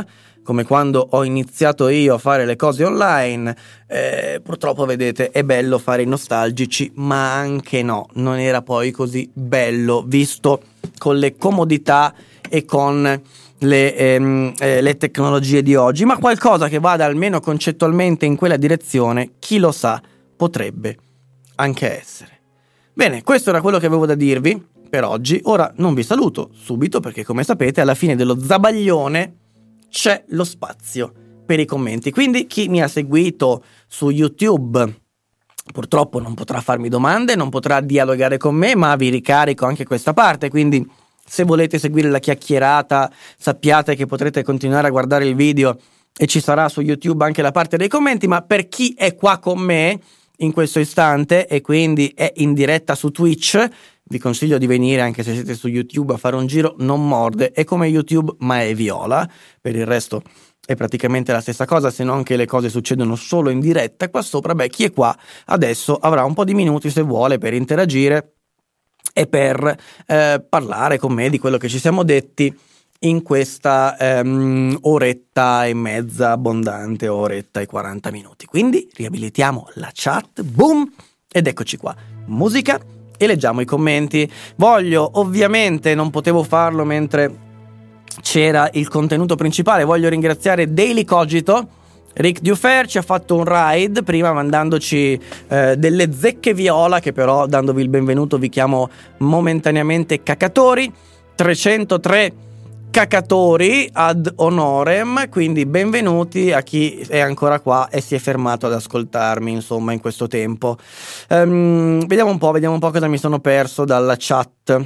come quando ho iniziato io a fare le cose online. Eh, purtroppo vedete, è bello fare i nostalgici, ma anche no, non era poi così bello visto con le comodità e con le, ehm, eh, le tecnologie di oggi, ma qualcosa che vada almeno concettualmente in quella direzione, chi lo sa, potrebbe anche essere. Bene, questo era quello che avevo da dirvi per oggi. Ora non vi saluto subito perché, come sapete, alla fine dello zabaglione c'è lo spazio per i commenti, quindi chi mi ha seguito su YouTube purtroppo non potrà farmi domande, non potrà dialogare con me, ma vi ricarico anche questa parte, quindi se volete seguire la chiacchierata sappiate che potrete continuare a guardare il video e ci sarà su YouTube anche la parte dei commenti. Ma per chi è qua con me in questo istante e quindi è in diretta su Twitch, vi consiglio di venire, anche se siete su YouTube, a fare un giro. Non morde, è come YouTube ma è viola. Per il resto è praticamente la stessa cosa, se non che le cose succedono solo in diretta. Qua sopra, beh, chi è qua adesso avrà un po' di minuti, se vuole, per interagire e per eh, parlare con me di quello che ci siamo detti in questa ehm, oretta e mezza abbondante, oretta e quaranta minuti. Quindi riabilitiamo la chat, boom, ed eccoci qua, musica, e leggiamo i commenti. Voglio, ovviamente non potevo farlo mentre c'era il contenuto principale, voglio ringraziare Daily Cogito. Rick Dufer ci ha fatto un ride prima mandandoci eh, delle zecche viola, che però, dandovi il benvenuto, vi chiamo momentaneamente cacatori. trecentotré cacatori ad honorem, quindi benvenuti a chi è ancora qua e si è fermato ad ascoltarmi, insomma, in questo tempo. Um, vediamo un po', vediamo un po' cosa mi sono perso dalla chat.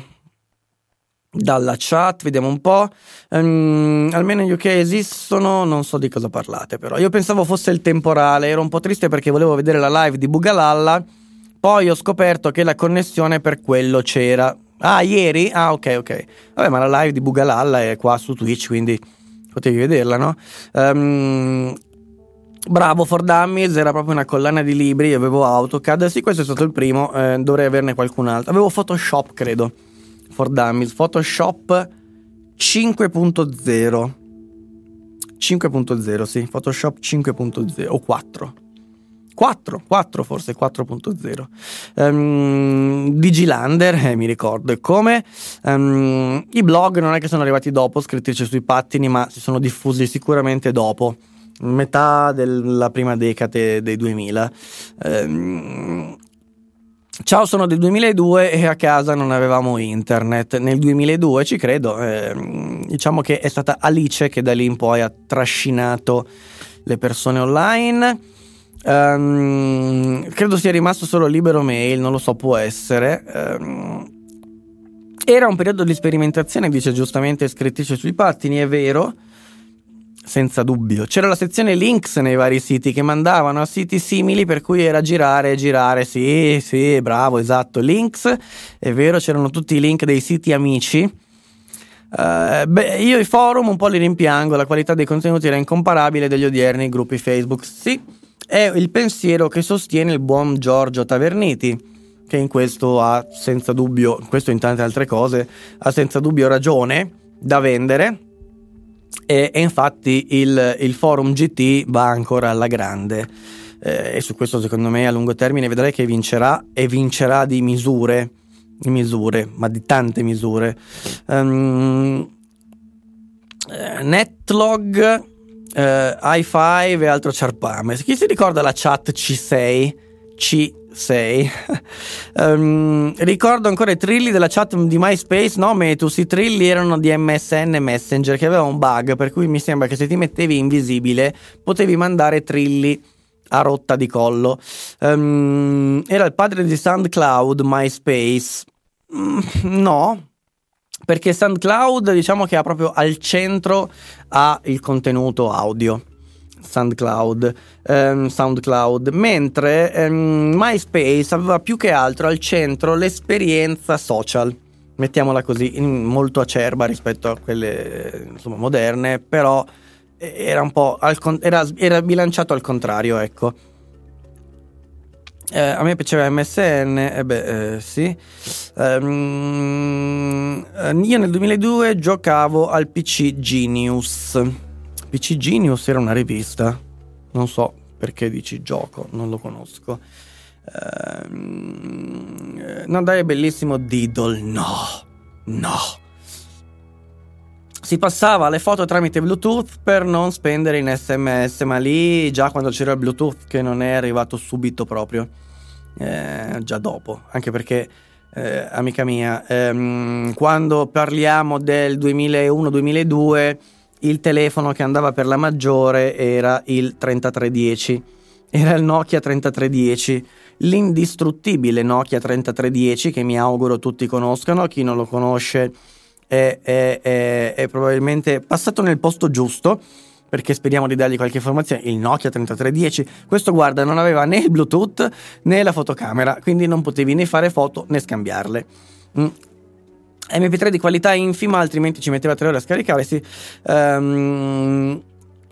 Dalla chat, vediamo un po'. Um, almeno in U K esistono, non so di cosa parlate, però io pensavo fosse il temporale, ero un po' triste perché volevo vedere la live di Bugalalla, poi ho scoperto che la connessione per quello c'era. Ah, ieri? Ah, ok, ok. Vabbè, ma la live di Bugalalla è qua su Twitch, quindi potevi vederla, no? Um, bravo, For Dummies, era proprio una collana di libri, io avevo AutoCAD, sì, questo è stato il primo, eh, dovrei averne qualcun altro. Avevo Photoshop, credo, For Dummies, Photoshop cinque punto zero. cinque punto zero, sì, Photoshop cinque punto zero, o quattro. quattro, quattro forse, quattro punto zero. um, Digilander, eh, mi ricordo come. Um, i blog non è che sono arrivati dopo, Scrittrice sui pattini, ma si sono diffusi sicuramente dopo, metà della prima decade dei duemila. um, Ciao, sono del duemiladue e a casa non avevamo internet. Nel duemiladue, ci credo, eh, diciamo che è stata Alice che da lì in poi ha trascinato le persone online. Um, credo sia rimasto solo Libero Mail, non lo so, può essere. Um, era un periodo di sperimentazione, dice giustamente Scrittrice sui pattini, è vero, senza dubbio. C'era la sezione links nei vari siti che mandavano a siti simili, per cui era girare e girare. Sì, sì, bravo, esatto, links, è vero, c'erano tutti i link dei siti amici. Uh, beh, io i forum un po' li rimpiango, la qualità dei contenuti era incomparabile degli odierni gruppi Facebook. Sì, è il pensiero che sostiene il buon Giorgio Taverniti, che in questo ha senza dubbio, questo in tante altre cose, ha senza dubbio ragione da vendere, e, e infatti il, il forum G T va ancora alla grande, eh, e su questo secondo me a lungo termine vedrai che vincerà, e vincerà di misure, di misure, ma di tante misure. um, eh, Netlog, Uh, i cinque e altro ciarpame. Chi si ricorda la chat C sei? C sei. um, ricordo ancora i trilli della chat di MySpace. No, Metus, i trilli erano di M S N Messenger, che aveva un bug per cui mi sembra che se ti mettevi invisibile potevi mandare trilli a rotta di collo. Um, era il padre di SoundCloud, MySpace? Mm, no, perché SoundCloud, diciamo che ha proprio al centro ha il contenuto audio, SoundCloud, um, SoundCloud, mentre um, MySpace aveva più che altro al centro l'esperienza social, mettiamola così, in, molto acerba rispetto a quelle, insomma, moderne, però era un po' al con- era, era bilanciato al contrario, ecco. Eh, a me piaceva M S N, eh beh, eh, sì. Um, io nel duemiladue giocavo al P C Genius. P C Genius era una rivista, non so perché dici gioco, non lo conosco. Ehm, no dai, è bellissimo Diddle, no, no. Si passava le foto tramite Bluetooth per non spendere in sms, ma lì già quando c'era il Bluetooth, che non è arrivato subito proprio, eh, già dopo, anche perché eh, amica mia, ehm, quando parliamo del duemilauno duemiladue il telefono che andava per la maggiore era il trentatré dieci, era il Nokia trentatré dieci, l'indistruttibile Nokia trentatré dieci, che mi auguro tutti conoscano. Chi non lo conosce È, è, è, è probabilmente passato nel posto giusto, perché speriamo di dargli qualche informazione. Il Nokia trentatré dieci, questo guarda non aveva né il Bluetooth né la fotocamera, quindi non potevi né fare foto né scambiarle. mm. M P tre di qualità infima, altrimenti ci metteva tre ore a scaricare. Sì. um,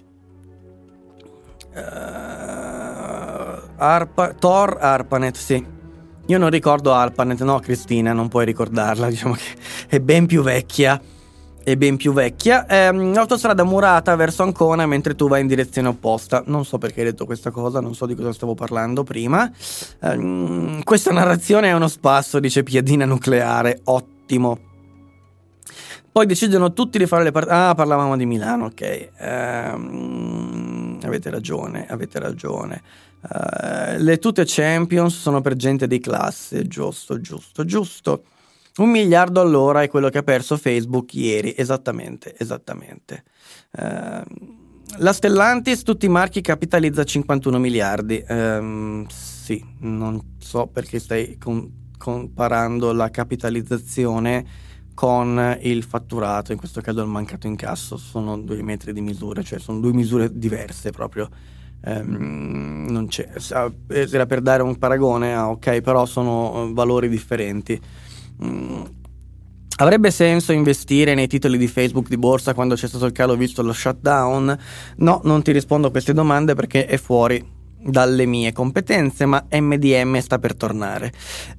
uh, Arpa, Tor ARPANET, sì. Io non ricordo ARPANET, no Cristina, non puoi ricordarla, diciamo che è ben più vecchia, è ben più vecchia. Ehm, autostrada murata verso Ancona mentre tu vai in direzione opposta. Non so perché hai detto questa cosa, non so di cosa stavo parlando prima. Ehm, questa narrazione è uno spasso, dice Piadina Nucleare, ottimo. Poi decidono tutti di fare le partite. Ah, parlavamo di Milano, ok. Ehm, avete ragione, avete ragione. Uh, le tute Champions sono per gente di classe, giusto, giusto, giusto. Un miliardo all'ora è quello che ha perso Facebook ieri, esattamente, esattamente. Uh, la Stellantis, tutti i marchi, capitalizza cinquantuno miliardi. Um, sì, non so perché stai con- comparando la capitalizzazione con il fatturato, in questo caso il mancato incasso. Sono due metri di misure, cioè sono due misure diverse proprio. Um, non c'è, era per dare un paragone, ah, ok, però sono valori differenti. um, avrebbe senso investire nei titoli di Facebook di borsa quando c'è stato il calo visto lo shutdown? No, non ti rispondo a queste domande perché è fuori dalle mie competenze, ma M D M sta per tornare.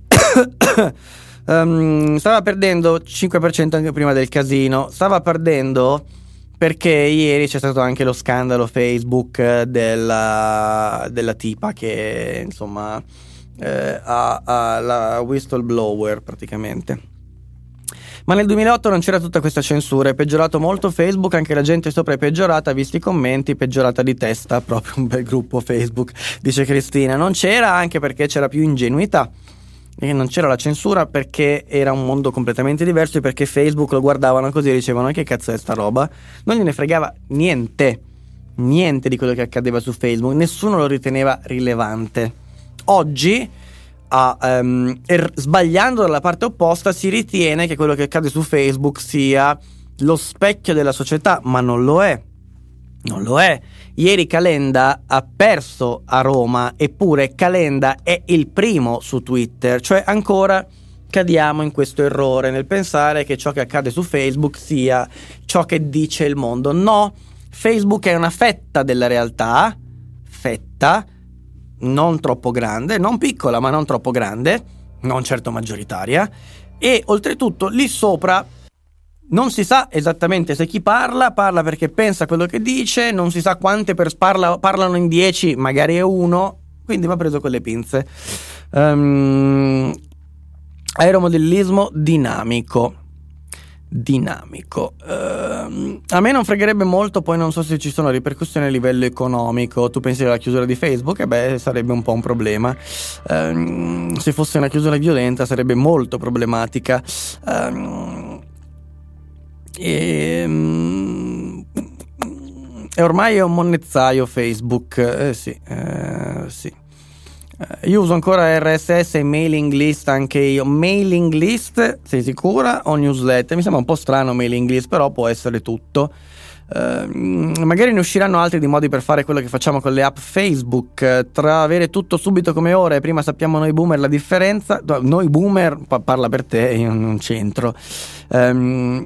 um, stava perdendo cinque per cento anche prima del casino, stava perdendo perché ieri c'è stato anche lo scandalo Facebook della, della tipa che insomma eh, ha, ha la whistleblower praticamente. Ma nel duemilaotto non c'era tutta questa censura, è peggiorato molto Facebook, anche la gente sopra è peggiorata, visti i commenti, peggiorata di testa, proprio un bel gruppo Facebook, dice Cristina. Non c'era, anche perché c'era più ingenuità. E non c'era la censura perché era un mondo completamente diverso, e perché Facebook lo guardavano così e dicevano: che cazzo è sta roba? Non gliene fregava niente, niente di quello che accadeva su Facebook, nessuno lo riteneva rilevante. Oggi, ah, um, er, sbagliando dalla parte opposta, si ritiene che quello che accade su Facebook sia lo specchio della società, ma non lo è. Non lo è. Ieri Calenda ha perso a Roma, eppure Calenda è il primo su Twitter. Cioè ancora cadiamo in questo errore nel pensare che ciò che accade su Facebook sia ciò che dice il mondo. No, Facebook è una fetta della realtà, fetta, non troppo grande, non piccola ma non troppo grande, non certo maggioritaria, e oltretutto lì sopra non si sa esattamente se chi parla, parla perché pensa quello che dice, non si sa quante per parla, parlano in dieci, magari è uno, quindi va preso con le pinze. Um, aeromodellismo dinamico. Dinamico. Uh, a me non fregherebbe molto, poi non so se ci sono ripercussioni a livello economico. Tu pensi alla chiusura di Facebook? E beh, sarebbe un po' un problema. Uh, se fosse una chiusura violenta sarebbe molto problematica. Uh, E, um, e ormai è un monnezzaio Facebook, eh, sì, eh, sì. Eh, io uso ancora R S S e mailing list anche io. Mailing list, sei sicura? O newsletter? Mi sembra un po' strano mailing list, però può essere tutto. Eh, magari ne usciranno altri di modi per fare quello che facciamo con le app Facebook, tra avere tutto subito come ora e prima sappiamo noi boomer la differenza. Noi boomer, pa- parla per te, io non c'entro. Um,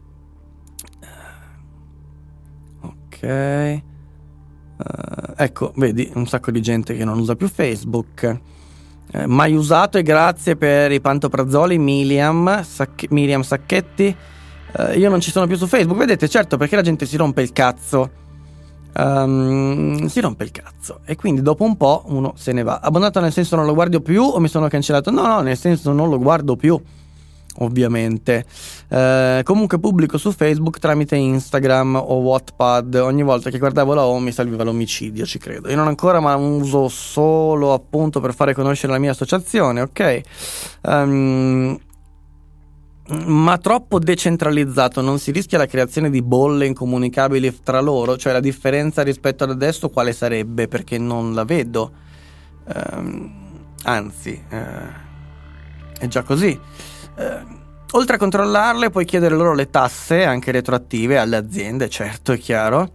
Ok, uh, ecco, vedi, un sacco di gente che non usa più Facebook. Eh, mai usato, e grazie per i pantoprazoli, Miriam, Sac- Miriam Sacchetti. Uh, io non ci sono più su Facebook, vedete, certo, perché la gente si rompe il cazzo. um, si rompe il cazzo e quindi dopo un po' uno se ne va. Abbandonato nel senso non lo guardo più o mi sono cancellato? No, no, nel senso non lo guardo più, ovviamente. Eh, comunque pubblico su Facebook tramite Instagram o Wattpad. Ogni volta che guardavo la home mi salviva l'omicidio, ci credo. Io non ancora, ma uso solo appunto per fare conoscere la mia associazione, ok? Um, ma troppo decentralizzato, non si rischia la creazione di bolle incomunicabili tra loro? Cioè la differenza rispetto ad adesso quale sarebbe? Perché non la vedo. Um, anzi, uh, è già così. Uh, oltre a controllarle puoi chiedere loro le tasse anche retroattive alle aziende, certo, è chiaro.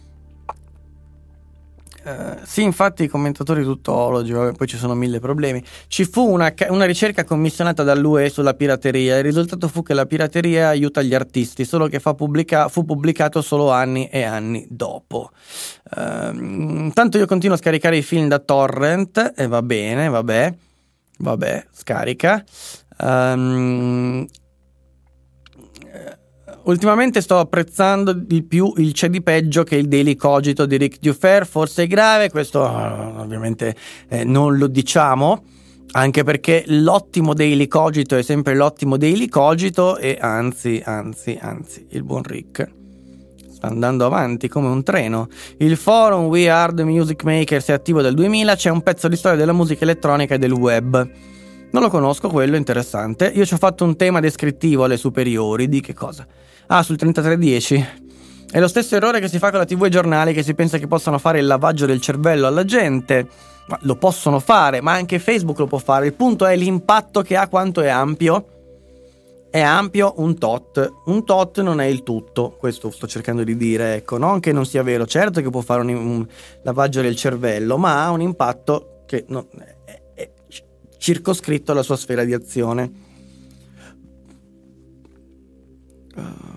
Uh, sì, infatti i commentatori tuttologi, vabbè, poi ci sono mille problemi. Ci fu una, una ricerca commissionata dall'U E sulla pirateria. Il risultato fu che la pirateria aiuta gli artisti, solo che fa pubblica, fu pubblicato solo anni e anni dopo. Uh, intanto io continuo a scaricare i film da torrent e va bene, vabbè, vabbè, scarica. Um, Ultimamente sto apprezzando di più il C'è di peggio che il Daily Cogito di Rick Dufer. Forse è grave, questo ovviamente eh, non lo diciamo, anche perché l'ottimo Daily Cogito è sempre l'ottimo Daily Cogito e anzi, anzi, anzi, il buon Rick sta andando avanti come un treno. Il forum We Are The Music Makers è attivo dal duemila, c'è un pezzo di storia della musica elettronica e del web. Non lo conosco, quello è interessante. Io ci ho fatto un tema descrittivo alle superiori. Di che cosa? Ah, sul trentatré dieci. È lo stesso errore che si fa con la tivù e i giornali, che si pensa che possano fare il lavaggio del cervello alla gente. Ma lo possono fare, ma anche Facebook lo può fare. Il punto è l'impatto che ha, quanto è ampio. È ampio un tot. Un tot non è il tutto. Questo sto cercando di dire, ecco. Non che non sia vero, certo che può fare un, un lavaggio del cervello, ma ha un impatto che non è circoscritto alla sua sfera di azione. Uh.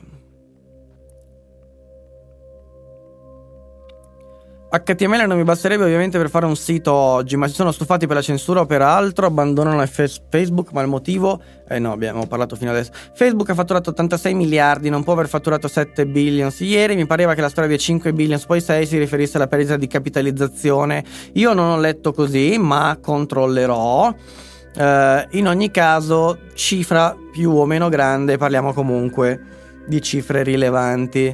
H T M L non mi basterebbe ovviamente per fare un sito oggi, ma si sono stufati per la censura o per altro, abbandonano Facebook, ma il motivo? Eh no, abbiamo parlato fino adesso. Facebook ha fatturato ottantasei miliardi, non può aver fatturato sette billions ieri. Mi pareva che la storia dei cinque billions poi sei si riferisse alla perdita di capitalizzazione. Io non ho letto così, ma controllerò. Uh, in ogni caso, cifra più o meno grande, parliamo comunque di cifre rilevanti.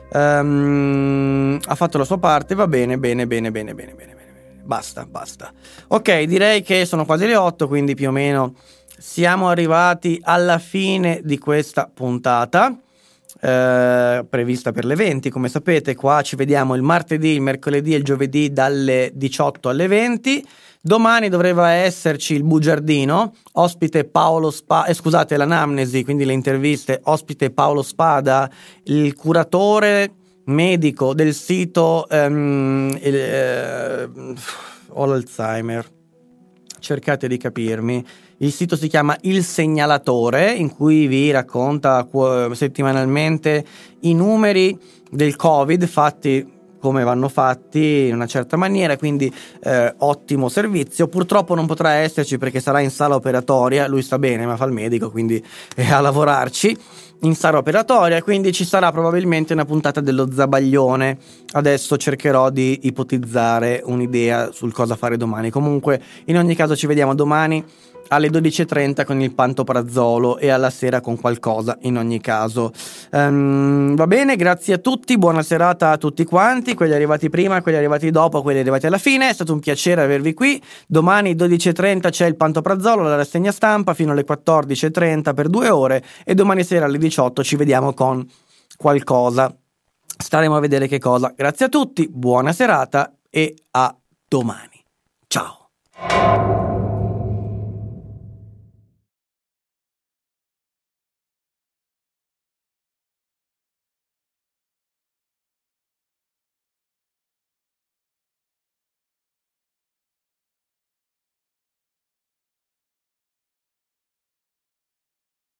Um, ha fatto la sua parte, va bene, bene, bene, bene, bene, bene, bene. Basta, basta. Ok, direi che sono quasi le otto, quindi più o meno siamo arrivati alla fine di questa puntata. Uh, prevista per le venti, come sapete. Qua ci vediamo il martedì, il mercoledì e il giovedì dalle diciotto alle venti. Domani doveva esserci il bugiardino, ospite Paolo Spada, eh, scusate, l'anamnesi, quindi le interviste, ospite Paolo Spada, il curatore medico del sito um, il, eh, ho l'Alzheimer, cercate di capirmi. Il sito si chiama Il Segnalatore, in cui vi racconta settimanalmente i numeri del Covid fatti come vanno fatti in una certa maniera, quindi eh, ottimo servizio. Purtroppo non potrà esserci perché sarà in sala operatoria, lui sta bene ma fa il medico, quindi è a lavorarci in sala operatoria, quindi ci sarà probabilmente una puntata dello Zabaglione. Adesso cercherò di ipotizzare un'idea sul cosa fare domani. Comunque in ogni caso ci vediamo domani alle dodici e trenta con il pantoprazolo e alla sera con qualcosa in ogni caso. Um, va bene, grazie a tutti, buona serata a tutti quanti, quelli arrivati prima, quelli arrivati dopo, quelli arrivati alla fine. È stato un piacere avervi qui. Domani dodici e trenta c'è il pantoprazolo, la rassegna stampa fino alle quattordici e trenta per due ore e domani sera alle diciotto ci vediamo con qualcosa. Staremo a vedere che cosa. Grazie a tutti, buona serata e a domani. Ciao.